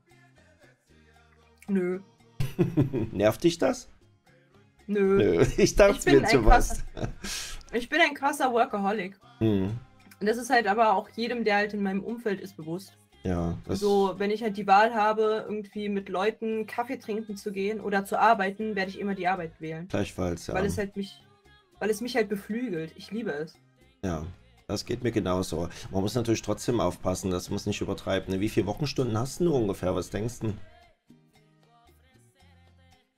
Nö, Nervt dich das? nö. Nö, ich Ich dachte bin mir ein zu krasser, was. ich bin ein krasser Workaholic. Hm, Und das ist halt aber auch jedem, der halt in meinem Umfeld ist, bewusst. ja, So, wenn ich halt die Wahl habe, irgendwie mit Leuten Kaffee trinken zu gehen oder zu arbeiten, werde ich immer die Arbeit wählen. gleichfalls, Weil ja. es halt weil es mich halt beflügelt. Ich liebe es. Ja, das geht mir genauso. Man muss natürlich trotzdem aufpassen, dass man es nicht übertreibt. Ne? Wie viele Wochenstunden hast du ungefähr? Was denkst du?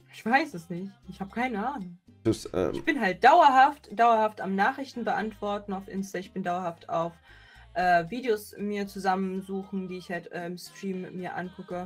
Ich weiß es nicht. Ich habe keine Ahnung. Das, Ich bin halt dauerhaft am Nachrichten beantworten auf Insta. Ich bin dauerhaft auf Videos mir zusammensuchen, die ich halt im Stream mir angucke.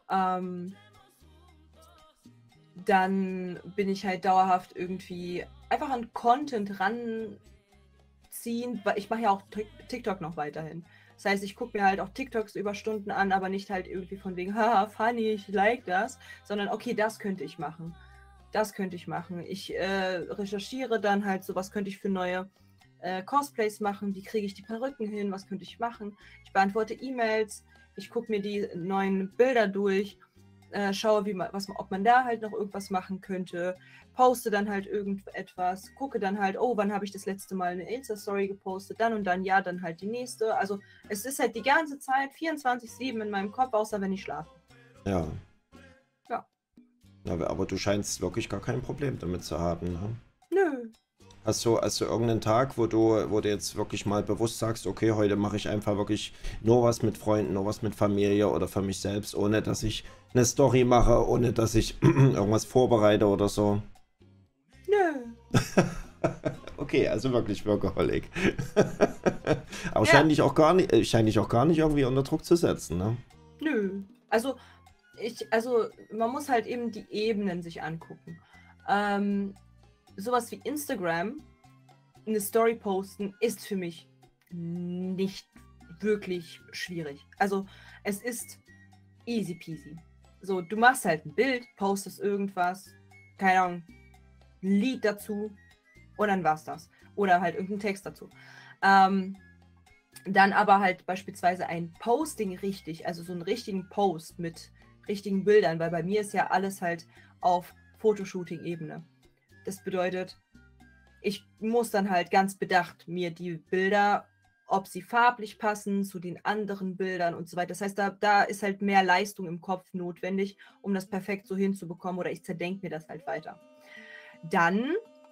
Dann bin ich halt dauerhaft irgendwie einfach an Content ranziehen, weil ich mache ja auch TikTok noch weiterhin. Das heißt, ich gucke mir halt auch TikToks über Stunden an, aber nicht halt irgendwie von wegen, haha, funny, ich like das, sondern okay, das könnte ich machen. Das könnte ich machen. Ich recherchiere dann halt so, was könnte ich für neue Cosplays machen, wie kriege ich die Perücken hin, was könnte ich machen. Ich beantworte E-Mails, ich gucke mir die neuen Bilder durch, schaue, ob man da halt noch irgendwas machen könnte, poste dann halt irgendetwas, gucke dann halt, oh, wann habe ich das letzte Mal eine Insta-Story gepostet, dann und dann, ja, dann halt die nächste. Also es ist halt die ganze Zeit 24/7 in meinem Kopf, außer wenn ich schlafe. ja. Ja. Aber du scheinst wirklich gar kein Problem damit zu haben, ne? Nö. Hast du irgendeinen Tag, wo du jetzt wirklich mal bewusst sagst, okay, heute mache ich einfach wirklich nur was mit Freunden, nur was mit Familie oder für mich selbst, ohne dass ich eine Story mache, ohne dass ich irgendwas vorbereite oder so? Nö. Okay, also wirklich Workaholic. Aber Ja. scheint dich auch gar nicht irgendwie unter Druck zu setzen, ne? Nö. Also man muss halt eben die Ebenen sich angucken. Sowas wie Instagram, eine Story posten, ist für mich nicht wirklich schwierig. Also es ist easy peasy. So, du machst halt ein Bild, postest irgendwas, keine Ahnung, ein Lied dazu und dann war's das. Oder halt irgendeinen Text dazu. Dann aber halt beispielsweise ein Posting richtig, also so einen richtigen Post mit richtigen Bildern, weil bei mir ist ja alles halt auf Fotoshooting-Ebene. Das bedeutet, ich muss dann halt ganz bedacht mir die Bilder, ob sie farblich passen zu den anderen Bildern und so weiter. Das heißt, da ist halt mehr Leistung im Kopf notwendig, um das perfekt so hinzubekommen, oder ich zerdenke mir das halt weiter. Dann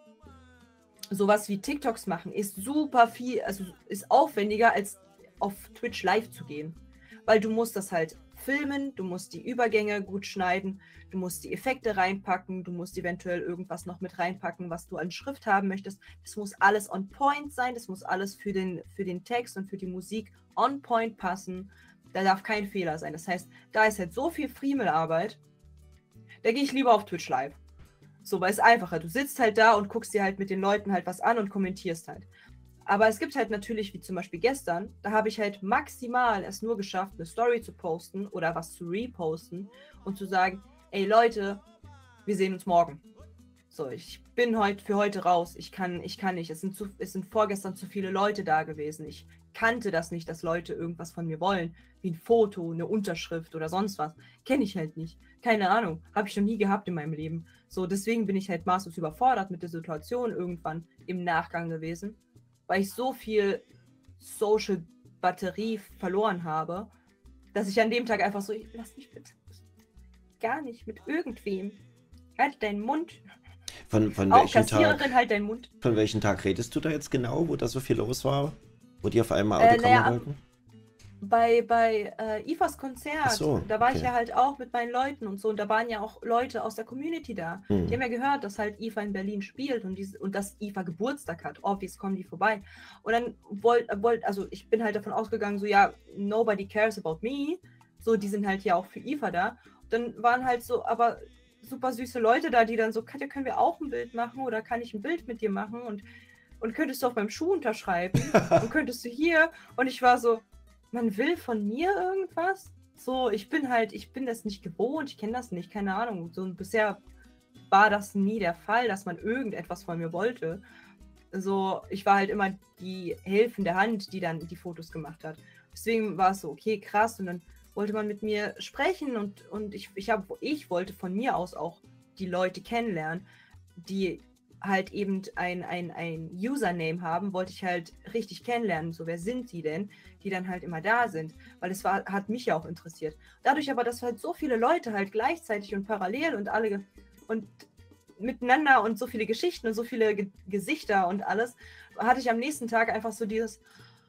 sowas wie TikToks machen ist super viel, also ist aufwendiger als auf Twitch live zu gehen, weil du musst das halt filmen, du musst die Übergänge gut schneiden, du musst die Effekte reinpacken, du musst eventuell irgendwas noch mit reinpacken, was du an Schrift haben möchtest. Das muss alles on point sein, das muss alles für den Text und für die Musik on point passen. Da darf kein Fehler sein. Das heißt, da ist halt so viel Friemelarbeit, da gehe ich lieber auf Twitch live. So, weil es einfacher. Du sitzt halt da und guckst dir halt mit den Leuten halt was an und kommentierst halt. Aber es gibt halt natürlich, wie zum Beispiel gestern, da habe ich halt maximal es nur geschafft, eine Story zu posten oder was zu reposten und zu sagen, ey Leute, wir sehen uns morgen. So, ich bin für heute raus. Ich kann nicht. Es sind vorgestern zu viele Leute da gewesen. Ich kannte das nicht, dass Leute irgendwas von mir wollen. Wie ein Foto, eine Unterschrift oder sonst was. Kenne ich halt nicht. Keine Ahnung. Habe ich noch nie gehabt in meinem Leben. So, deswegen bin ich halt maßlos überfordert mit der Situation irgendwann im Nachgang gewesen, weil ich so viel Social Batterie verloren habe, dass ich an dem Tag einfach so, lass mich bitte gar nicht mit irgendwem. Halt deinen Mund. Von Auch welchem Kassiererin, Tag, halt deinen Mund. von welchem Tag redest du da jetzt genau, wo da so viel los war? Wo die auf einmal Autogramme wollten? Bei IFAs Ach Konzert, so, da war ich okay. ja halt auch mit meinen Leuten und so, und da waren ja auch Leute aus der Community da. Die haben ja gehört, dass halt IFA in Berlin spielt und dass IFA Geburtstag hat. Obvious kommen die vorbei. Und dann also ich bin halt davon ausgegangen, so ja, nobody cares about me. So, die sind halt ja auch für IFA da. Dann waren halt so, aber super süße Leute da, die dann so, Katja, können wir auch ein Bild machen oder kann ich ein Bild mit dir machen? Und könntest du auf meinem Schuh unterschreiben? Und könntest du hier? Und ich war so, man will von mir irgendwas? So, ich bin das nicht gewohnt, ich kenne das nicht, keine Ahnung. So, bisher war das nie der Fall, dass man irgendetwas von mir wollte. So, ich war halt immer die helfende Hand, die dann die Fotos gemacht hat. Deswegen war es so, okay, krass. Und dann wollte man mit mir sprechen und ich wollte von mir aus auch die Leute kennenlernen, die halt eben ein Username haben, wollte ich halt richtig kennenlernen. So, wer sind die denn, die dann halt immer da sind? Weil hat mich ja auch interessiert. Dadurch aber, dass halt so viele Leute halt gleichzeitig und parallel und alle und miteinander und so viele Geschichten und so viele Gesichter und alles, hatte ich am nächsten Tag einfach so dieses,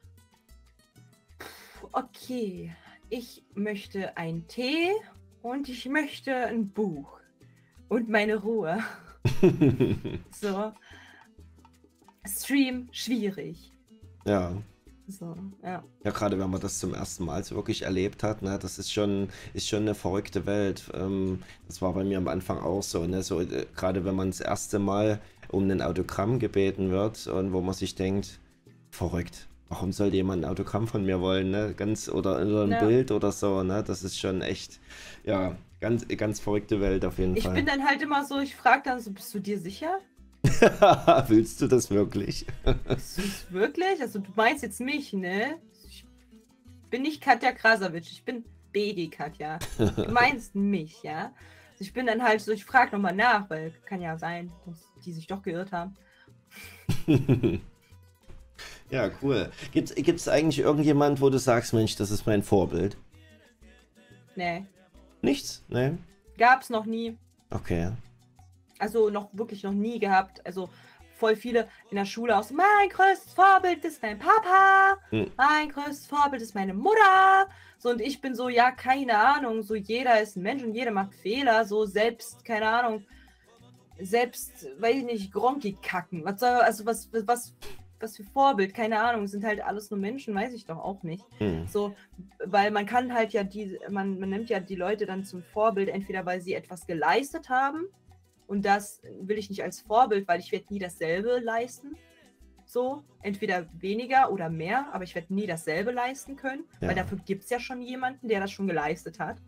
okay, ich möchte einen Tee und ich möchte ein Buch. und meine Ruhe. So. Stream schwierig. Ja. So, ja. Ja, gerade wenn man das zum ersten Mal so wirklich erlebt hat, ne, das ist schon eine verrückte Welt. Das war bei mir am Anfang auch so, ne, so gerade wenn man das erste Mal um ein Autogramm gebeten wird und wo man sich denkt, verrückt, warum sollte jemand ein Autogramm von mir wollen, ne, oder ein Ja. Bild oder so, ne, das ist schon echt, ja, ganz verrückte Welt auf jeden Ich bin Fall. dann halt immer so, ich frage dann so, bist du dir sicher? Willst du das wirklich? Bist du es wirklich? Also du meinst jetzt mich, ne? Ich bin nicht Katja Krasavic, ich bin Baby Katja. Du meinst mich, ja? Also ich bin dann halt so, ich frage nochmal nach, weil kann ja sein, dass die sich doch geirrt haben. Ja, cool. Gibt's eigentlich irgendjemand, wo du sagst, Mensch, das ist mein Vorbild? Nee, Nichts? Ne? gab's noch nie. Okay. Also noch wirklich noch nie gehabt. Also voll viele in der Schule auch so, mein größtes Vorbild ist mein Papa, Hm. mein größtes Vorbild ist meine Mutter. So, und ich bin so, ja, keine Ahnung, so jeder ist ein Mensch und jeder macht Fehler, so selbst, keine Ahnung, selbst, weiß ich nicht, Gronki kacken. Was soll, also was für Vorbild, keine Ahnung, sind halt alles nur Menschen, weiß ich doch auch nicht. Hm. So, weil man kann halt ja man nimmt ja die Leute dann zum Vorbild, entweder weil sie etwas geleistet haben. Und das will ich nicht als Vorbild, weil ich werde nie dasselbe leisten. So, entweder weniger oder mehr, aber ich werde nie dasselbe leisten können, Ja. weil dafür gibt es ja schon jemanden, der das schon geleistet hat.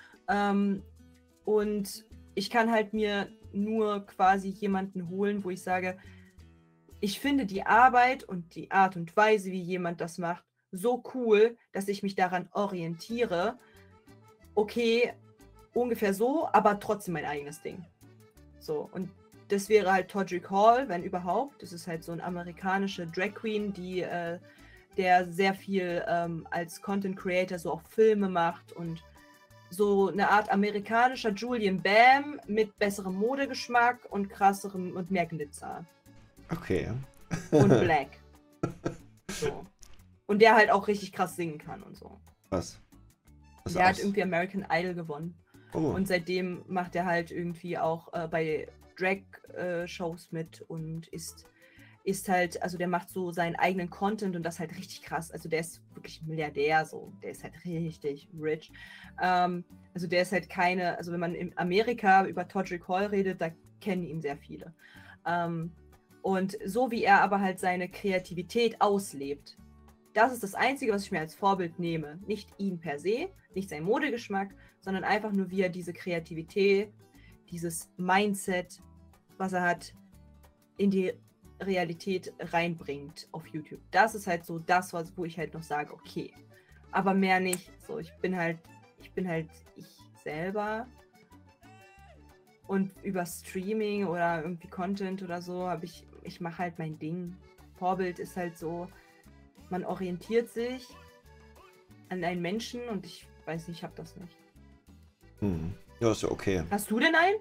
Und ich kann halt mir nur quasi jemanden holen, wo ich sage, ich finde die Arbeit und die Art und Weise, wie jemand das macht, so cool, dass ich mich daran orientiere. Okay, ungefähr so, aber trotzdem mein eigenes Ding. So, und das wäre halt Todrick Hall, wenn überhaupt. Das ist halt so eine amerikanische Drag Queen, der sehr viel als Content Creator so auch Filme macht und so eine Art amerikanischer Julian Bam mit besserem Modegeschmack und krasserem und mehr Glitzer. Okay. Und Black. So. Und der halt auch richtig krass singen kann und so. Was? Was Der hat aus? irgendwie American Idol gewonnen. Oh. Und seitdem macht er halt irgendwie auch bei Drag-Shows mit und ist halt, also der macht so seinen eigenen Content und das halt richtig krass. Also der ist wirklich Milliardär, so. Der ist halt richtig rich. Also der ist halt keine, also wenn man in Amerika über Todrick Hall redet, da kennen ihn sehr viele. Und so wie er aber halt seine Kreativität auslebt, das ist das Einzige, was ich mir als Vorbild nehme. Nicht ihn per se, nicht sein Modegeschmack, sondern einfach nur, wie er diese Kreativität, dieses Mindset, was er hat, in die Realität reinbringt auf YouTube. Das ist halt so das, wo ich halt noch sage, okay, aber mehr nicht. So, ich bin halt ich selber und über Streaming oder irgendwie Content oder so ich mache halt mein Ding. Vorbild ist halt so, man orientiert sich an einen Menschen und ich weiß nicht, ich habe das nicht. Hm. Ja, ist ja okay. Hast du denn einen?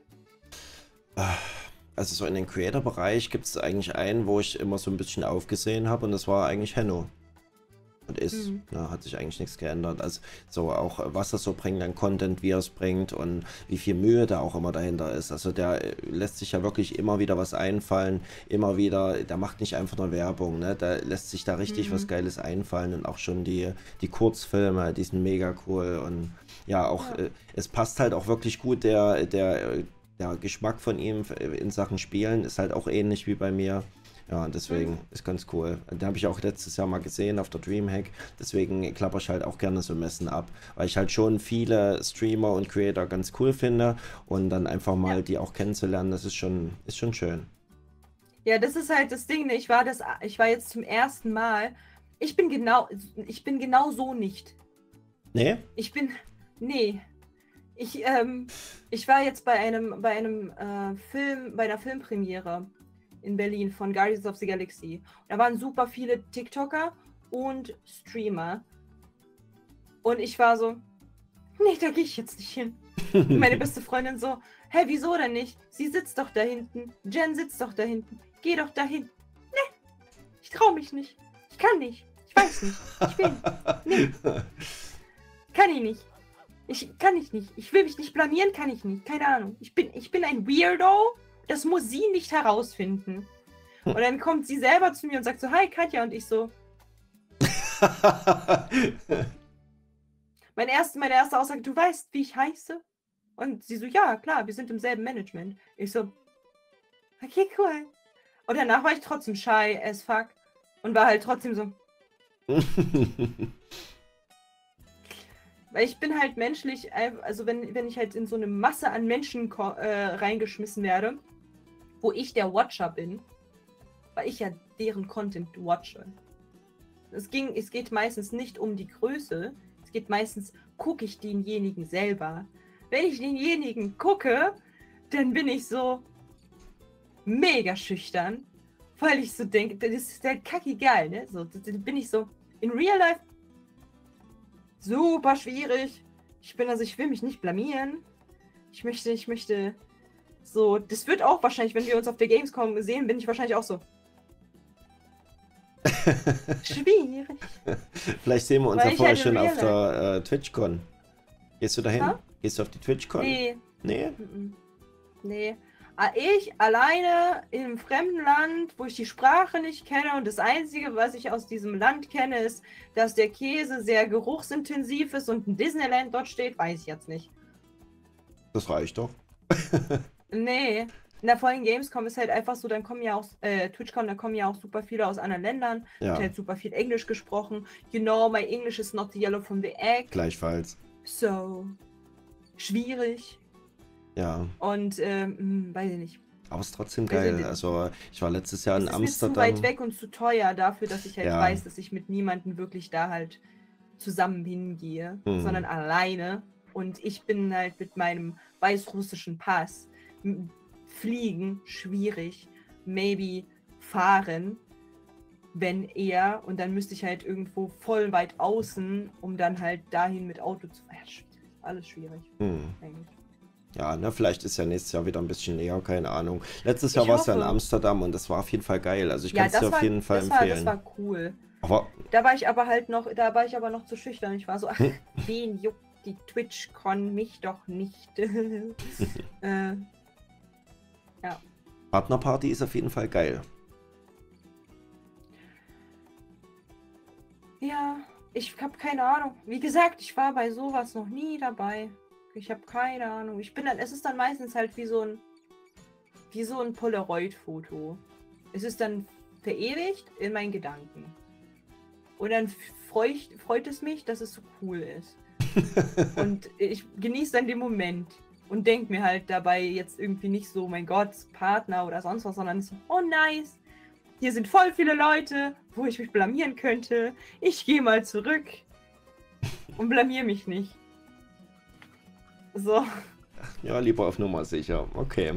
Also so in den Creator-Bereich gibt es eigentlich einen, wo ich immer so ein bisschen aufgesehen habe und das war eigentlich Henno. Und ist, ja, hat sich eigentlich nichts geändert. Also so auch, was er so bringt an Content, wie er es bringt und wie viel Mühe da auch immer dahinter ist. Also der lässt sich ja wirklich immer wieder was einfallen, immer wieder, der macht nicht einfach nur Werbung, ne? Da lässt sich da richtig was Geiles einfallen und auch schon die Kurzfilme, die sind mega cool und ja, auch, es passt halt auch wirklich gut, der Geschmack von ihm in Sachen Spielen ist halt auch ähnlich wie bei mir. Ja, und deswegen ist ganz cool. Den habe ich auch letztes Jahr mal gesehen auf der Dreamhack. Deswegen klapper ich halt auch gerne so Messen ab. Weil ich halt schon viele Streamer und Creator ganz cool finde. Und dann einfach mal die auch kennenzulernen, das ist schon schön. Ja, das ist halt das Ding. Ne? Ich war jetzt zum ersten Mal. Ich bin genau so nicht. Nee? Nee. Ich war jetzt bei einem Film, bei einer Filmpremiere in Berlin von Guardians of the Galaxy. Und da waren super viele TikToker und Streamer. Und ich war so, nee, da gehe ich jetzt nicht hin. Und meine beste Freundin so, hä, wieso denn nicht? Sie sitzt doch da hinten. Jen sitzt doch da hinten. Geh doch dahin. Nee, ich traue mich nicht. Ich kann nicht. Ich weiß nicht. Ich will. Nee. Kann ich nicht. Kann ich nicht. Ich will mich nicht blamieren, kann ich nicht. Keine Ahnung. Ich bin ein Weirdo. Das muss sie nicht herausfinden. Und dann kommt sie selber zu mir und sagt so, hi Katja. Und ich so. Meine erste Aussage, du weißt, wie ich heiße? Und sie so, ja, klar, wir sind im selben Management. Ich so, okay, cool. Und danach war ich trotzdem shy as fuck. Und war halt trotzdem so. Weil ich bin halt menschlich, also wenn ich halt in so eine Masse an Menschen reingeschmissen werde, wo ich der Watcher bin, weil ich ja deren Content watche. Es geht meistens nicht um die Größe, es geht meistens, gucke ich denjenigen selber. Wenn ich denjenigen gucke, dann bin ich so mega schüchtern, weil ich so denke, das ist halt kacke geil, ne? So, dann bin ich so, in real life, super schwierig. Ich will mich nicht blamieren. Ich möchte so, das wird auch wahrscheinlich, wenn wir uns auf der Gamescom sehen, bin ich wahrscheinlich auch so. Schwierig. Vielleicht sehen wir uns ja Weil ich vorher halt schon in auf der TwitchCon. Gehst du dahin? Ha? Gehst du auf die TwitchCon? Nee. Nee? Nee. Ich alleine in einem fremden Land, wo ich die Sprache nicht kenne und das Einzige, was ich aus diesem Land kenne, ist, dass der Käse sehr geruchsintensiv ist und ein Disneyland dort steht, weiß ich jetzt nicht. Das reicht doch. Nee. In der vollen Gamescom ist halt einfach so, dann kommen ja auch, TwitchCon, da kommen ja auch super viele aus anderen Ländern. Ja. Wird halt super viel Englisch gesprochen. You know, my English is not the yellow from the egg. Gleichfalls. So. Schwierig. Ja. Und, weiß ich nicht. Aber es ist trotzdem geil. Also, ich war letztes Jahr in Amsterdam. Es ist mir zu weit weg und zu teuer dafür, dass ich halt Ja. weiß, dass ich mit niemandem wirklich da halt zusammen hingehe, sondern alleine. Und ich bin halt mit meinem weißrussischen Pass fliegen, schwierig. Maybe fahren, wenn eher. Und dann müsste ich halt irgendwo voll weit außen, um dann halt dahin mit Auto zu fahren. Ja, alles schwierig. Eigentlich. Ja, ne, vielleicht ist ja nächstes Jahr wieder ein bisschen näher, keine Ahnung. Letztes Jahr war es ja in Amsterdam und das war auf jeden Fall geil. Also ich kann es dir auf jeden Fall empfehlen. Das war cool. Aber da war ich aber noch zu schüchtern. Ich war so, ach, wen juckt die TwitchCon, mich doch nicht. Ja. Partnerparty ist auf jeden Fall geil. Ja, ich habe keine Ahnung. Wie gesagt, ich war bei sowas noch nie dabei. Ich habe keine Ahnung. Es ist dann meistens halt wie so ein Polaroid-Foto. Es ist dann verewigt in meinen Gedanken. Und dann freut es mich, dass es so cool ist. Und ich genieße dann den Moment und denke mir halt dabei jetzt irgendwie nicht so, mein Gott, Partner oder sonst was, sondern so, oh nice, hier sind voll viele Leute, wo ich mich blamieren könnte. Ich gehe mal zurück und blamier mich nicht. So. Ja, lieber auf Nummer sicher. Okay.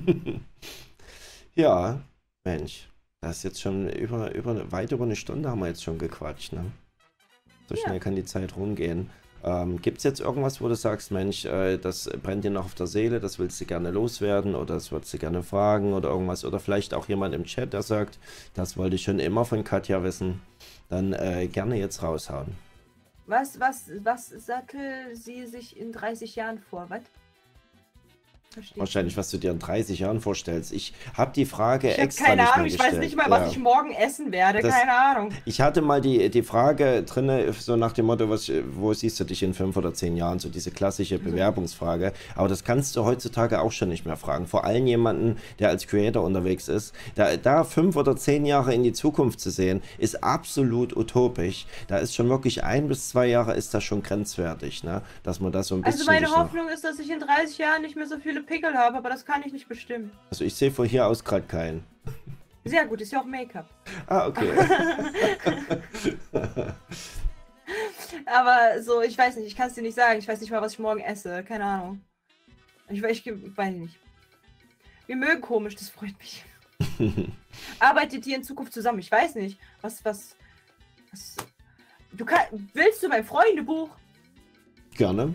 Ja, Mensch. Das ist jetzt schon weit über eine Stunde haben wir jetzt schon gequatscht, ne? So schnell kann die Zeit rumgehen. Gibt es jetzt irgendwas, wo du sagst, Mensch, das brennt dir noch auf der Seele, das willst du gerne loswerden oder das würdest du gerne fragen oder irgendwas? Oder vielleicht auch jemand im Chat, der sagt, das wollte ich schon immer von Katja wissen. Dann gerne jetzt raushauen. Was sattelt sie sich in 30 Jahren vor? Was? Verstehe. Wahrscheinlich, was du dir in 30 Jahren vorstellst. Ich habe die Frage ich extra keine nicht Ahnung, mehr ich gestellt. weiß nicht mal, was ich morgen essen werde. Keine Ahnung. Ich hatte mal die Frage drin, so nach dem Motto, wo siehst du dich in 5 oder 10 Jahren? So diese klassische Bewerbungsfrage. Aber das kannst du heutzutage auch schon nicht mehr fragen. Vor allem jemanden, der als Creator unterwegs ist. Da 5 oder 10 Jahre in die Zukunft zu sehen, ist absolut utopisch. Da ist schon wirklich 1 bis 2 Jahre ist das schon grenzwertig, ne? Dass man das so ein bisschen... Also meine Hoffnung ist, dass ich in 30 Jahren nicht mehr so viele Pickel habe, aber das kann ich nicht bestimmen. Also ich sehe von hier aus gerade keinen. Sehr gut, ist ja auch Make-up. Ah, okay. Aber so, ich weiß nicht, ich kann es dir nicht sagen. Ich weiß nicht mal, was ich morgen esse. Keine Ahnung. Ich weiß nicht. Wir mögen komisch, das freut mich. Arbeitet ihr in Zukunft zusammen? Ich weiß nicht. Was willst du mein Freundebuch? Gerne.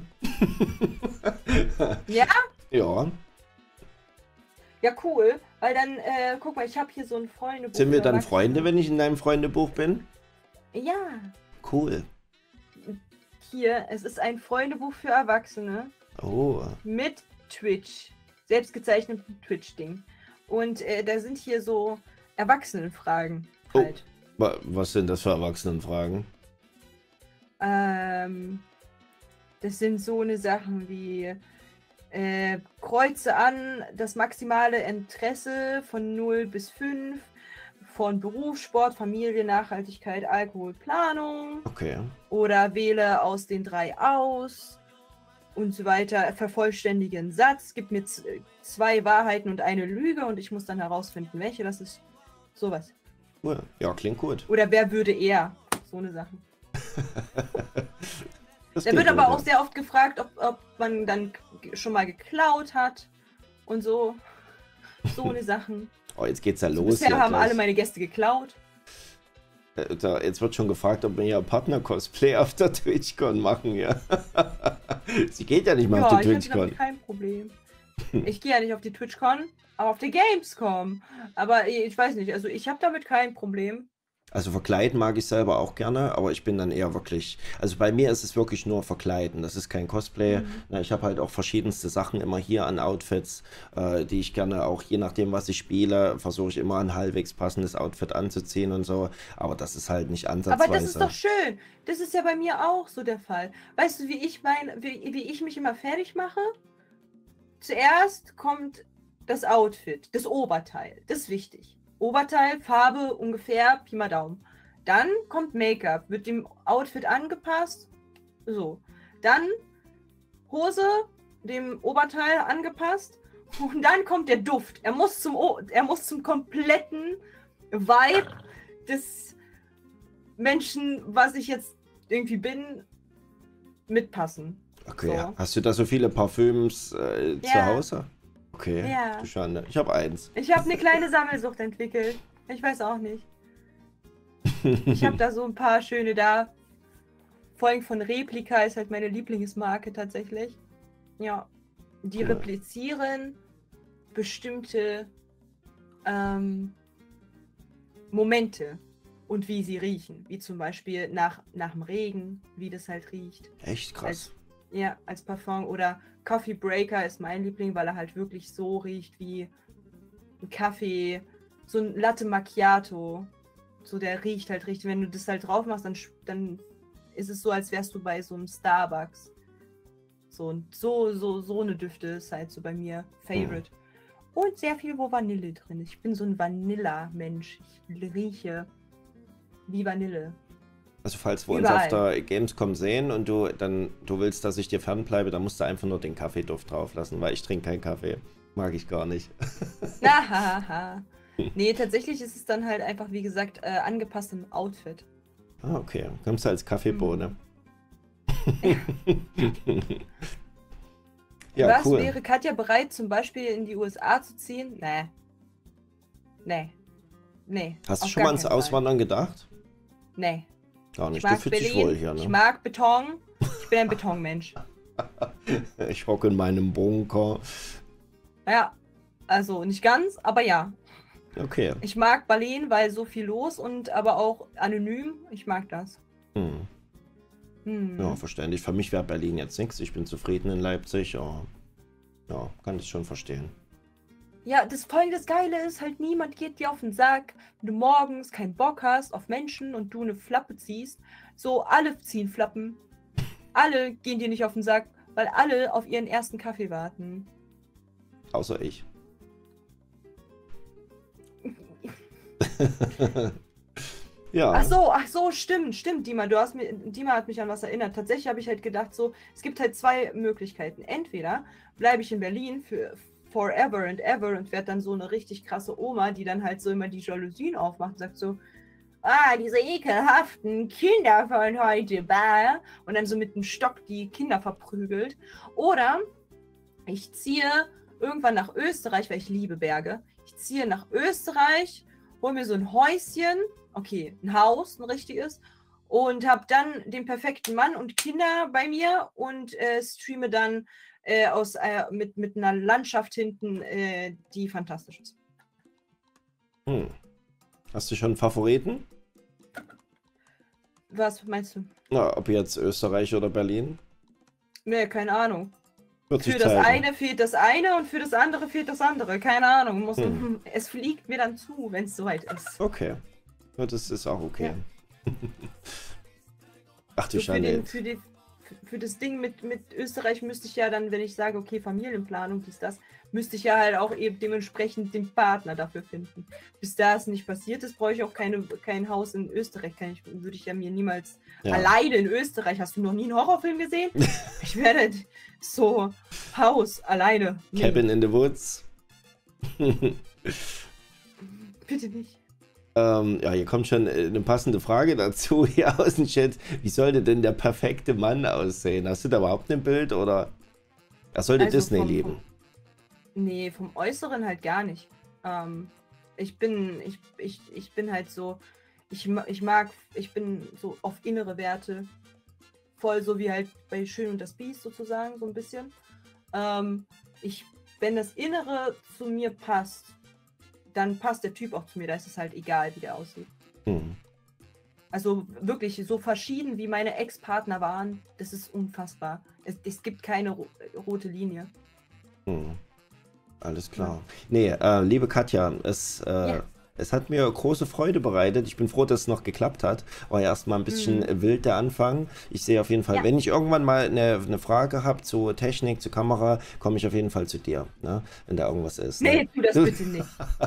Ja? Ja. Ja, cool. Weil dann, guck mal, ich habe hier so ein Freundebuch. Sind wir dann Freunde, wenn ich in deinem Freundebuch bin? Ja. Cool. hier, es ist ein Freundebuch für Erwachsene Oh, mit Twitch. Selbstgezeichnetem Twitch-Ding. Und da sind hier so Erwachsenenfragen Oh. halt. Was sind das für Erwachsenenfragen? Das sind so eine Sachen wie kreuze an das maximale Interesse von 0 bis 5 von Beruf, Sport, Familie, Nachhaltigkeit, Alkohol, Planung. Okay. Oder wähle aus den 3 aus und so weiter. Vervollständige einen Satz, gib mir 2 Wahrheiten und eine Lüge und ich muss dann herausfinden, welche das ist. Sowas. Cool. Ja, klingt gut. Oder wer würde eher? So eine Sache. Das Da klingt wird aber gut, auch sehr oft gefragt, ob man dann schon mal geklaut hat und so. So eine Sachen. Oh, jetzt geht's ja So, los. bisher Hier haben gleich. alle meine Gäste geklaut. Jetzt wird schon gefragt, ob wir ja Partner-Cosplay auf der TwitchCon machen, ja. Sie geht ja nicht mal auf Ja, die ich hätte TwitchCon. damit kein Problem. Ich gehe ja nicht auf die TwitchCon, aber auf die Gamescom. Aber ich weiß nicht, also ich habe damit kein Problem. Also verkleiden mag ich selber auch gerne, aber ich bin dann eher wirklich, also bei mir ist es wirklich nur verkleiden, das ist kein Cosplay. Na, ich habe halt auch verschiedenste Sachen immer hier an Outfits, die ich gerne auch, je nachdem was ich spiele, versuche ich immer ein halbwegs passendes Outfit anzuziehen und so, aber das ist halt nicht ansatzweise. Aber das ist doch schön. Das ist ja bei mir auch so der Fall. Weißt du, wie ich mich immer fertig mache? Zuerst kommt das Outfit, das Oberteil. Das ist wichtig. Oberteil, Farbe ungefähr, Pi mal Daumen. Dann kommt Make-up, wird dem Outfit angepasst. So. Dann Hose, dem Oberteil angepasst. Und dann kommt der Duft. Er muss zum kompletten Vibe des Menschen, was ich jetzt irgendwie bin, mitpassen. Okay, So. hast du da so viele Parfüms zu Ja. Hause? Okay, Ja. du Schande. Ich habe eins. Ich habe eine kleine Sammelsucht entwickelt. Ich weiß auch nicht. Ich habe da so ein paar schöne da. Vor allem von Replika ist halt meine Lieblingsmarke tatsächlich. Ja. Die Cool. replizieren bestimmte Momente und wie sie riechen. Wie zum Beispiel nach dem Regen, wie das halt riecht. Echt krass. Als Parfum. Oder Coffee Breaker ist mein Liebling, weil er halt wirklich so riecht wie ein Kaffee. So ein Latte Macchiato. So, der riecht halt richtig. Wenn du das halt drauf machst, dann ist es so, als wärst du bei so einem Starbucks. So eine Düfte ist halt so bei mir Favorite. Und sehr viel, wo Vanille drin ist. Ich bin so ein Vanilla-Mensch. Ich rieche wie Vanille. Also falls wir uns Überall. auf der Gamescom sehen und du willst, dass ich dir fernbleibe, dann musst du einfach nur den Kaffeeduft drauf lassen, weil ich trinke keinen Kaffee. Mag ich gar nicht. Hahaha. Nee, tatsächlich ist es dann halt einfach, wie gesagt, angepasst im Outfit. Ah, okay. Kommst du als Kaffeebohne. Ja, Was cool. wäre Katja bereit, zum Beispiel in die USA zu ziehen? Nee. Hast du auf schon gar mal ans keinen Fall. Auswandern gedacht? Nee. Gar Ich nicht. Du mag fühlst dich Berlin, wohl hier, ich ne? mag Beton, ich bin ein Betonmensch. Ich hocke in meinem Bunker. Ja, also nicht ganz, aber ja. Okay. Ich mag Berlin, weil so viel los und aber auch anonym. Ich mag das. Ja, verständlich. Für mich wäre Berlin jetzt nichts. Ich bin zufrieden in Leipzig. Ja, kann ich schon verstehen. Ja, das Geile ist halt, niemand geht dir auf den Sack, wenn du morgens keinen Bock hast auf Menschen und du eine Flappe ziehst. So, alle ziehen Flappen. Alle gehen dir nicht auf den Sack, weil alle auf ihren ersten Kaffee warten. Außer ich. Ja. Ach so, stimmt, Dima. Dima hat mich an was erinnert. Tatsächlich habe ich halt gedacht, so, es gibt halt 2 Möglichkeiten. Entweder bleibe ich in Berlin für forever and ever und werde dann so eine richtig krasse Oma, die dann halt so immer die Jalousien aufmacht und sagt so, diese ekelhaften Kinder von heute, bah. Und dann so mit dem Stock die Kinder verprügelt. Oder ich ziehe irgendwann nach Österreich, weil ich liebe Berge. Ich ziehe nach Österreich, hole mir so ein Häuschen, okay, ein Haus, ein richtiges, und habe dann den perfekten Mann und Kinder bei mir und streame dann mit einer Landschaft hinten, die fantastisch ist. Hast du schon einen Favoriten? Was meinst du? Na, ob jetzt Österreich oder Berlin? Nee, keine Ahnung. Wird sich Für das zeigen. eine fehlt das eine und für das andere fehlt das andere. Keine Ahnung. Hm. Es fliegt mir dann zu, wenn es soweit ist. Okay. Ja, das ist auch okay. Ja. Ach du So Schande. für das Ding mit Österreich müsste ich ja dann, wenn ich sage, okay, Familienplanung, dies, das, müsste ich ja halt auch eben dementsprechend den Partner dafür finden. Bis das nicht passiert ist, brauche ich auch kein Haus in Österreich. Würde ich ja mir niemals alleine in Österreich. Hast du noch nie einen Horrorfilm gesehen? Ich werde so Haus alleine. Nee. Cabin in the Woods. Bitte nicht. Ja, hier kommt schon eine passende Frage dazu hier aus dem Chat. Wie sollte denn der perfekte Mann aussehen? Hast du da überhaupt ein Bild oder? Er sollte Also Disney lieben. Nee, vom Äußeren halt gar nicht. Ich bin halt so, ich bin so auf innere Werte. Voll so wie halt bei Schön und das Biest sozusagen, so ein bisschen. Wenn das Innere zu mir passt, dann passt der Typ auch zu mir. Da ist es halt egal, wie der aussieht. Hm. Also wirklich so verschieden, wie meine Ex-Partner waren, das ist unfassbar. Es gibt keine rote Linie. Hm. Alles klar. Nee, liebe Katja, es hat mir große Freude bereitet. Ich bin froh, dass es noch geklappt hat. War ja erstmal ein bisschen wild der Anfang. Ich sehe auf jeden Fall, wenn ich irgendwann mal eine Frage habe zu Technik, zu Kamera, komme ich auf jeden Fall zu dir, ne? Wenn da irgendwas ist. Nee, Ne? tu das bitte nicht.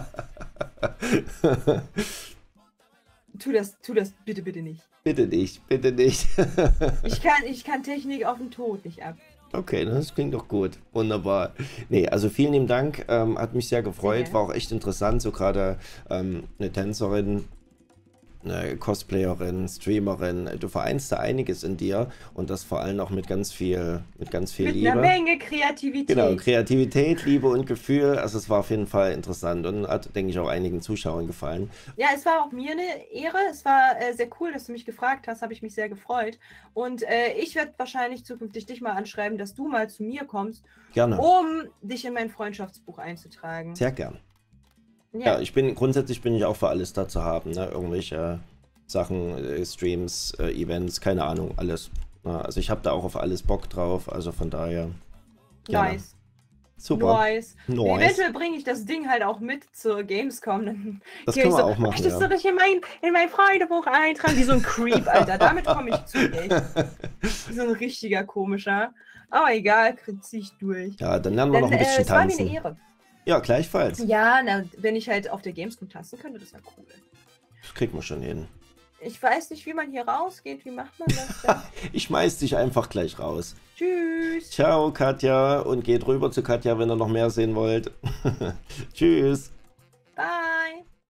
Tu das bitte, bitte nicht. Bitte nicht, bitte nicht. Ich kann Technik auf den Tod nicht ab. Okay, das klingt doch gut. Wunderbar. Nee, also vielen lieben Dank. Hat mich sehr gefreut. Sehr War auch echt interessant. So gerade eine Tänzerin, eine Cosplayerin, Streamerin. Du vereinst da einiges in dir und das vor allem auch mit ganz viel Mit Liebe. einer Menge Kreativität. Genau, Kreativität, Liebe und Gefühl. Also es war auf jeden Fall interessant und hat, denke ich, auch einigen Zuschauern gefallen. Ja, es war auch mir eine Ehre. Es war sehr cool, dass du mich gefragt hast. Habe ich mich sehr gefreut. Und ich werde wahrscheinlich zukünftig dich mal anschreiben, dass du mal zu mir kommst, Gerne. um dich in mein Freundschaftsbuch einzutragen. Sehr gern. Ja, Grundsätzlich bin ich auch für alles da zu haben, ne? Irgendwelche Sachen, Streams, Events, keine Ahnung, alles. Ja, also ich habe da auch auf alles Bock drauf, also von daher. Gerne. nice. Super. Nice. Nice. Eventuell bringe ich das Ding halt auch mit zur Gamescom. Dann Das gehe können ich wir so, auch machen, möchtest ja. du dich in mein Freundebuch eintragen? Wie so ein Creep, Alter. Damit komme ich zu dir. Wie so ein richtiger komischer. Aber egal, zieh ich durch. Ja, dann lernen wir noch ein bisschen es war mir tanzen. eine Ehre. Ja, gleichfalls. Ja, na, wenn ich halt auf der Gamescom tanzen könnte, das wäre cool. Das kriegt man schon hin. Ich weiß nicht, wie man hier rausgeht. Wie macht man das denn? Ich schmeiß dich einfach gleich raus. Tschüss. Ciao, Katja. Und geht rüber zu Katja, wenn ihr noch mehr sehen wollt. Tschüss.